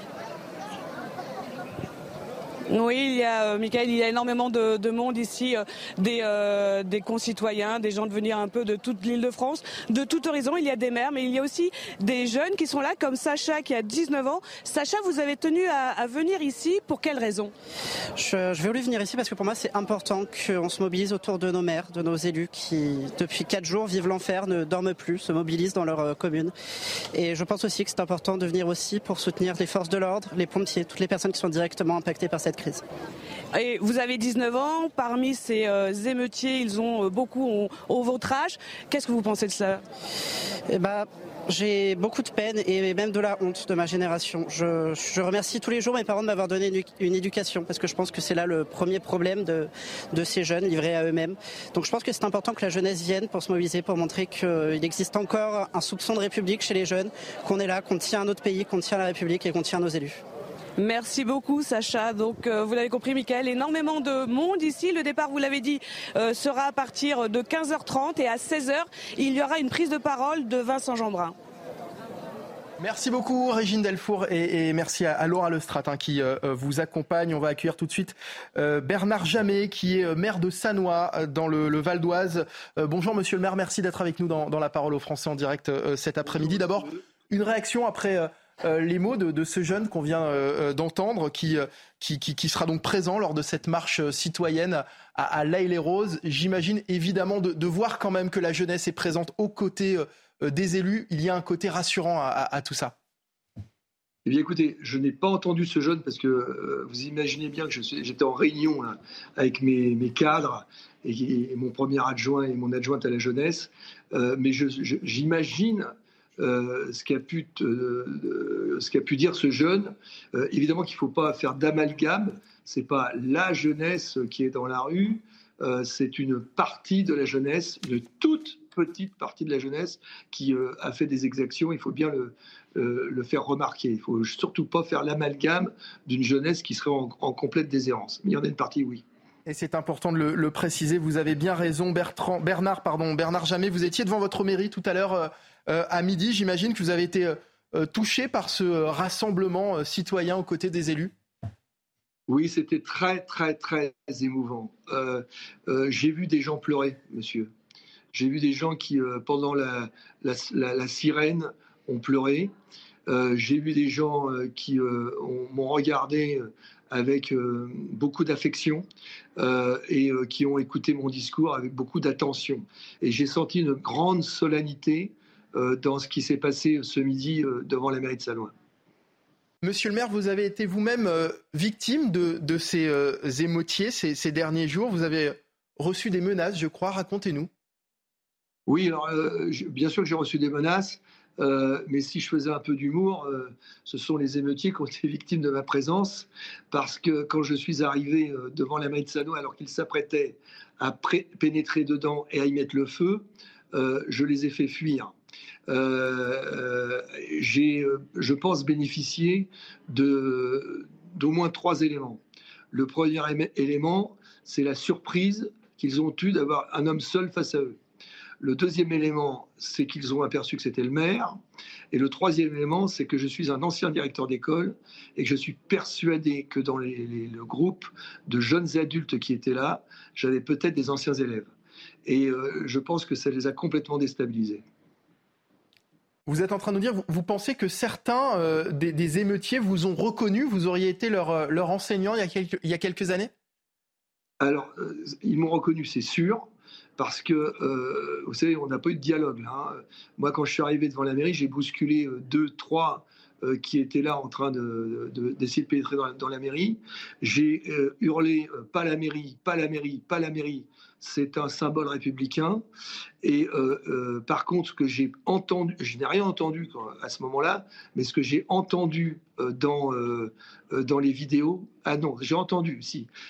Oui, Mickaël, il y a énormément de monde ici, des concitoyens, des gens de venir un peu de toute l'Île-de-France, de tout horizon. Il y a des maires, mais il y a aussi des jeunes qui sont là, comme Sacha qui a 19 ans. Sacha, vous avez tenu à venir ici, pour quelle raison? Je voulais venir ici parce que pour moi c'est important qu'on se mobilise autour de nos maires, de nos élus qui depuis 4 jours vivent l'enfer, ne dorment plus, se mobilisent dans leur commune. Et je pense aussi que c'est important de venir aussi pour soutenir les forces de l'ordre, les pompiers, toutes les personnes qui sont directement impactées par cette crise. Et vous avez 19 ans, parmi ces émeutiers, ils ont beaucoup ont votre âge. Qu'est-ce que vous pensez de cela ? J'ai beaucoup de peine et même de la honte de ma génération. Je remercie tous les jours mes parents de m'avoir donné une éducation, parce que je pense que c'est là le premier problème de ces jeunes livrés à eux-mêmes. Donc je pense que c'est important que la jeunesse vienne pour se mobiliser, pour montrer qu'il existe encore un soupçon de République chez les jeunes, qu'on est là, qu'on tient à notre pays, qu'on tient à la République et qu'on tient à nos élus. Merci beaucoup Sacha. Donc vous l'avez compris Mickaël, énormément de monde ici. Le départ, vous l'avez dit, sera à partir de 15h30 et à 16h, il y aura une prise de parole de Vincent Jeanbrun. Merci beaucoup Régine Delfour et merci à Laura Lestrade qui vous accompagne. On va accueillir tout de suite Bernard Jamet qui est maire de Sannois dans le Val d'Oise. Bonjour monsieur le maire, merci d'être avec nous dans La Parole aux Français en direct cet après-midi. D'abord, une réaction après les mots de ce jeune qu'on vient d'entendre qui sera donc présent lors de cette marche citoyenne à L'Haÿ-les-Roses. J'imagine évidemment de voir quand même que la jeunesse est présente aux côtés des élus. Il y a un côté rassurant à tout ça. Eh bien écoutez, je n'ai pas entendu ce jeune parce que vous imaginez bien que j'étais en réunion là, avec mes cadres et mon premier adjoint et mon adjointe à la jeunesse. Mais j'imagine ce qu'a pu dire ce jeune. Évidemment qu'il ne faut pas faire d'amalgame. Ce n'est pas la jeunesse qui est dans la rue. C'est une partie de la jeunesse, une toute petite partie de la jeunesse qui a fait des exactions. Il faut bien le faire remarquer. Il ne faut surtout pas faire l'amalgame d'une jeunesse qui serait en complète déshérence. Mais il y en a une partie, oui. Et c'est important de le préciser. Vous avez bien raison, Bernard Jamet. Vous étiez devant votre mairie tout à l'heure à midi. J'imagine que vous avez été touché par ce rassemblement citoyen aux côtés des élus. Oui, c'était très, très, très émouvant. J'ai vu des gens pleurer, monsieur. J'ai vu des gens qui, pendant la sirène, ont pleuré. J'ai vu des gens qui m'ont regardé avec beaucoup d'affection et qui ont écouté mon discours avec beaucoup d'attention. Et j'ai senti une grande solennité dans ce qui s'est passé ce midi devant la mairie de Sannois. Monsieur le maire, vous avez été vous-même victime de ces émeutiers ces derniers jours. Vous avez reçu des menaces, je crois. Racontez-nous. Oui, alors bien sûr que j'ai reçu des menaces, mais si je faisais un peu d'humour, ce sont les émeutiers qui ont été victimes de ma présence, parce que quand je suis arrivé devant la mairie de Sannois, alors qu'ils s'apprêtaient à pénétrer dedans et à y mettre le feu, je les ai fait fuir. J'ai, je pense, bénéficié d'au moins 3 éléments. Le premier élément, c'est la surprise qu'ils ont eue d'avoir un homme seul face à eux. Le deuxième élément, c'est qu'ils ont aperçu que c'était le maire. Et le troisième élément, c'est que je suis un ancien directeur d'école et que je suis persuadé que dans le groupe de jeunes adultes qui étaient là, j'avais peut-être des anciens élèves. Et je pense que ça les a complètement déstabilisés. Vous êtes en train de nous dire, vous pensez que certains des émeutiers vous ont reconnu, vous auriez été leur enseignant il y a quelques années ? Alors, ils m'ont reconnu, c'est sûr. Parce que, vous savez, on n'a pas eu de dialogue. Là, hein. Moi, quand je suis arrivé devant la mairie, j'ai bousculé 2, 3 qui étaient là en train d'essayer de pénétrer dans la mairie. J'ai hurlé « pas la mairie, pas la mairie, pas la mairie ». C'est un symbole républicain. Et par contre, ce que j'ai entendu, je n'ai rien entendu à ce moment-là, mais ce que j'ai entendu dans les vidéos, ah non, j'ai entendu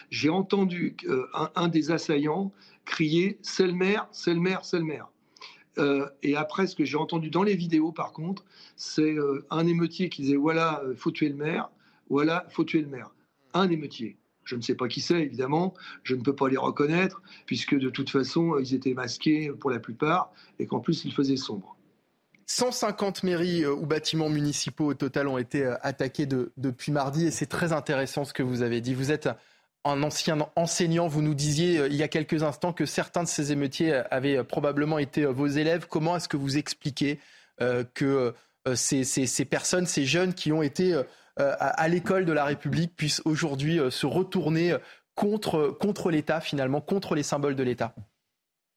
un des assaillants crier « c'est le maire, c'est le maire, c'est le maire ». Et après, ce que j'ai entendu dans les vidéos, par contre, c'est un émeutier qui disait « voilà, faut tuer le maire, voilà, faut tuer le maire ». Un émeutier. Je ne sais pas qui c'est, évidemment, je ne peux pas les reconnaître, puisque de toute façon, ils étaient masqués pour la plupart, et qu'en plus, il faisait sombre. 150 mairies ou bâtiments municipaux au total ont été attaqués depuis mardi, et c'est très intéressant ce que vous avez dit. Vous êtes un ancien enseignant, vous nous disiez il y a quelques instants que certains de ces émeutiers avaient probablement été vos élèves. Comment est-ce que vous expliquez que ces personnes, ces jeunes qui ont été à l'école de la République puissent aujourd'hui se retourner contre l'État, finalement, contre les symboles de l'État ?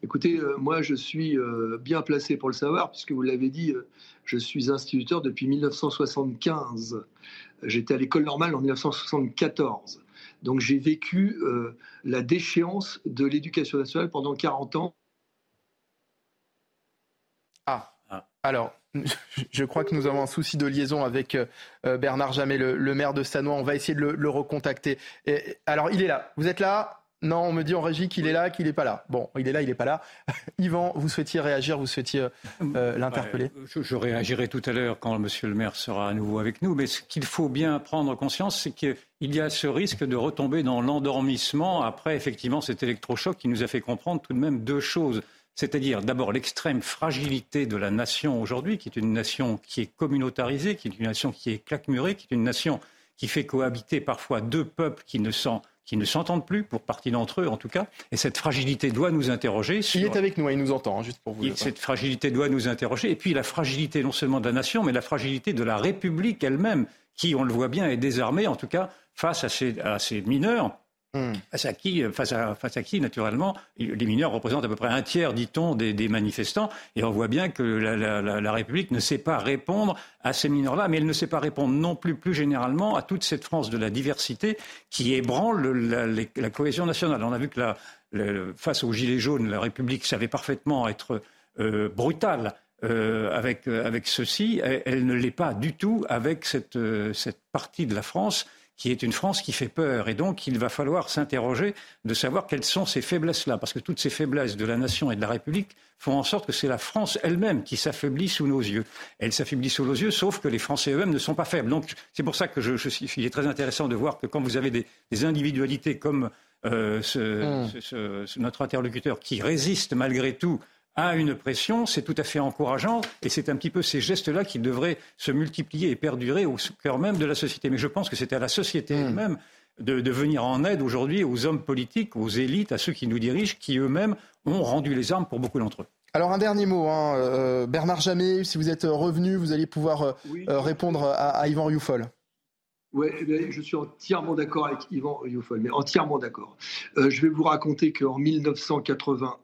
Écoutez, moi je suis bien placé pour le savoir, puisque vous l'avez dit, je suis instituteur depuis 1975. J'étais à l'école normale en 1974. Donc j'ai vécu la déchéance de l'éducation nationale pendant 40 ans. Alors, je crois que nous avons un souci de liaison avec Bernard Jammet, le maire de Sannois. On va essayer de le recontacter. Alors, il est là. Vous êtes là ? Non, on me dit en régie qu'il est là, qu'il n'est pas là. Bon, il est là, il n'est pas là. Yvan, vous souhaitiez réagir, vous souhaitiez l'interpeller ? Je réagirai tout à l'heure quand monsieur le maire sera à nouveau avec nous. Mais ce qu'il faut bien prendre conscience, c'est qu'il y a ce risque de retomber dans l'endormissement après, effectivement, cet électrochoc qui nous a fait comprendre tout de même deux choses. C'est-à-dire d'abord l'extrême fragilité de la nation aujourd'hui, qui est une nation qui est communautarisée, qui est une nation qui est claquemurée, qui est une nation qui fait cohabiter parfois deux peuples qui ne s'entendent plus, pour partie d'entre eux en tout cas. Et cette fragilité doit nous interroger. Il est avec nous, il nous entend, juste pour vous. Cette fragilité doit nous interroger. Et puis la fragilité non seulement de la nation, mais la fragilité de la République elle-même, qui, on le voit bien, est désarmée, en tout cas face à ces mineurs. Face à qui, naturellement, les mineurs représentent à peu près un tiers, dit-on, des manifestants. Et on voit bien que la République ne sait pas répondre à ces mineurs-là, mais elle ne sait pas répondre non plus généralement à toute cette France de la diversité qui ébranle la cohésion nationale. On a vu que face aux Gilets jaunes, la République savait parfaitement être brutale avec ceci. Elle ne l'est pas du tout avec cette partie de la France qui est une France qui fait peur. Et donc, il va falloir s'interroger de savoir quelles sont ces faiblesses-là. Parce que toutes ces faiblesses de la nation et de la République font en sorte que c'est la France elle-même qui s'affaiblit sous nos yeux. Elle s'affaiblit sous nos yeux, sauf que les Français eux-mêmes ne sont pas faibles. Donc, c'est pour ça que il est très intéressant de voir que quand vous avez des individualités comme notre interlocuteur qui résiste malgré tout à une pression, c'est tout à fait encourageant et c'est un petit peu ces gestes-là qui devraient se multiplier et perdurer au cœur même de la société. Mais je pense que c'est à la société elle-même de venir en aide aujourd'hui aux hommes politiques, aux élites, à ceux qui nous dirigent, qui eux-mêmes ont rendu les armes pour beaucoup d'entre eux. Alors un dernier mot, Bernard Jammet, si vous êtes revenu, vous allez pouvoir répondre à Yvan Rioufol. Oui, je suis entièrement d'accord avec Yvan Rioufol, mais entièrement d'accord. Je vais vous raconter qu'en 1980,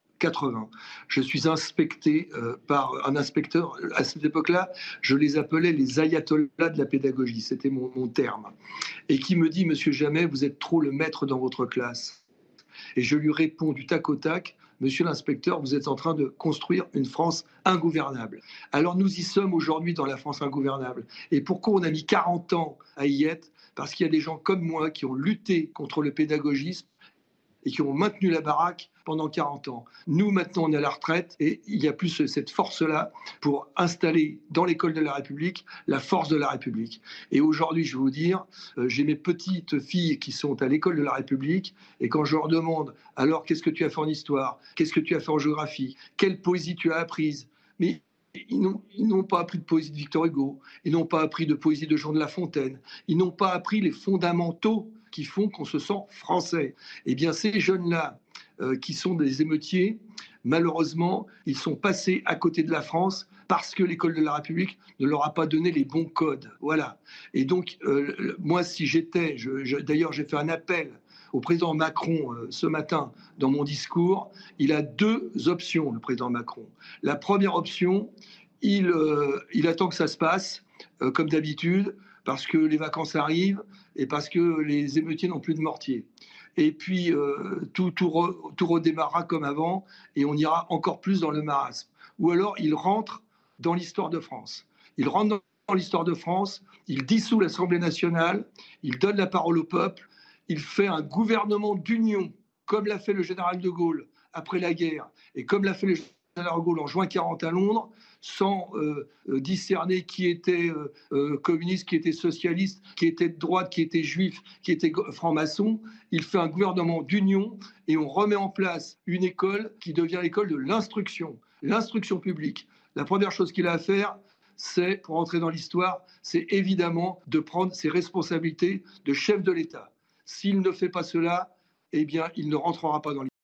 je suis inspecté par un inspecteur. À cette époque-là, je les appelais les ayatollahs de la pédagogie, c'était mon terme. Et qui me dit, Monsieur Jammet, vous êtes trop le maître dans votre classe. Et je lui réponds du tac au tac, Monsieur l'inspecteur, vous êtes en train de construire une France ingouvernable. Alors nous y sommes aujourd'hui dans la France ingouvernable. Et pourquoi on a mis 40 ans à y être ? Parce qu'il y a des gens comme moi qui ont lutté contre le pédagogisme et qui ont maintenu la baraque pendant 40 ans. Nous, maintenant, on est à la retraite et il n'y a plus cette force-là pour installer dans l'école de la République la force de la République. Et aujourd'hui, je vais vous dire, j'ai mes petites filles qui sont à l'école de la République et quand je leur demande « Alors, qu'est-ce que tu as fait en histoire ? Qu'est-ce que tu as fait en géographie ? Quelle poésie tu as apprise ?» Mais ils n'ont pas appris de poésie de Victor Hugo, ils n'ont pas appris de poésie de Jean de La Fontaine, ils n'ont pas appris les fondamentaux qui font qu'on se sent français. Eh bien, ces jeunes-là, qui sont des émeutiers, malheureusement, ils sont passés à côté de la France parce que l'école de la République ne leur a pas donné les bons codes. Voilà. Et donc, moi, si j'étais... D'ailleurs, j'ai fait un appel au président Macron ce matin dans mon discours. Il a deux options, le président Macron. La première option, il attend que ça se passe, comme d'habitude, parce que les vacances arrivent et parce que les émeutiers n'ont plus de mortier. Et puis, tout redémarrera comme avant et on ira encore plus dans le marasme. Ou alors, il rentre dans l'histoire de France. Il rentre dans l'histoire de France, il dissout l'Assemblée nationale, il donne la parole au peuple, il fait un gouvernement d'union, comme l'a fait le général de Gaulle après la guerre, et comme l'a fait le général de Gaulle en juin 40 à Londres, sans discerner qui était communiste, qui était socialiste, qui était de droite, qui était juif, qui était franc-maçon. Il fait un gouvernement d'union et on remet en place une école qui devient l'école de l'instruction publique. La première chose qu'il a à faire, c'est, pour entrer dans l'histoire, c'est évidemment de prendre ses responsabilités de chef de l'État. S'il ne fait pas cela, eh bien, il ne rentrera pas dans l'histoire.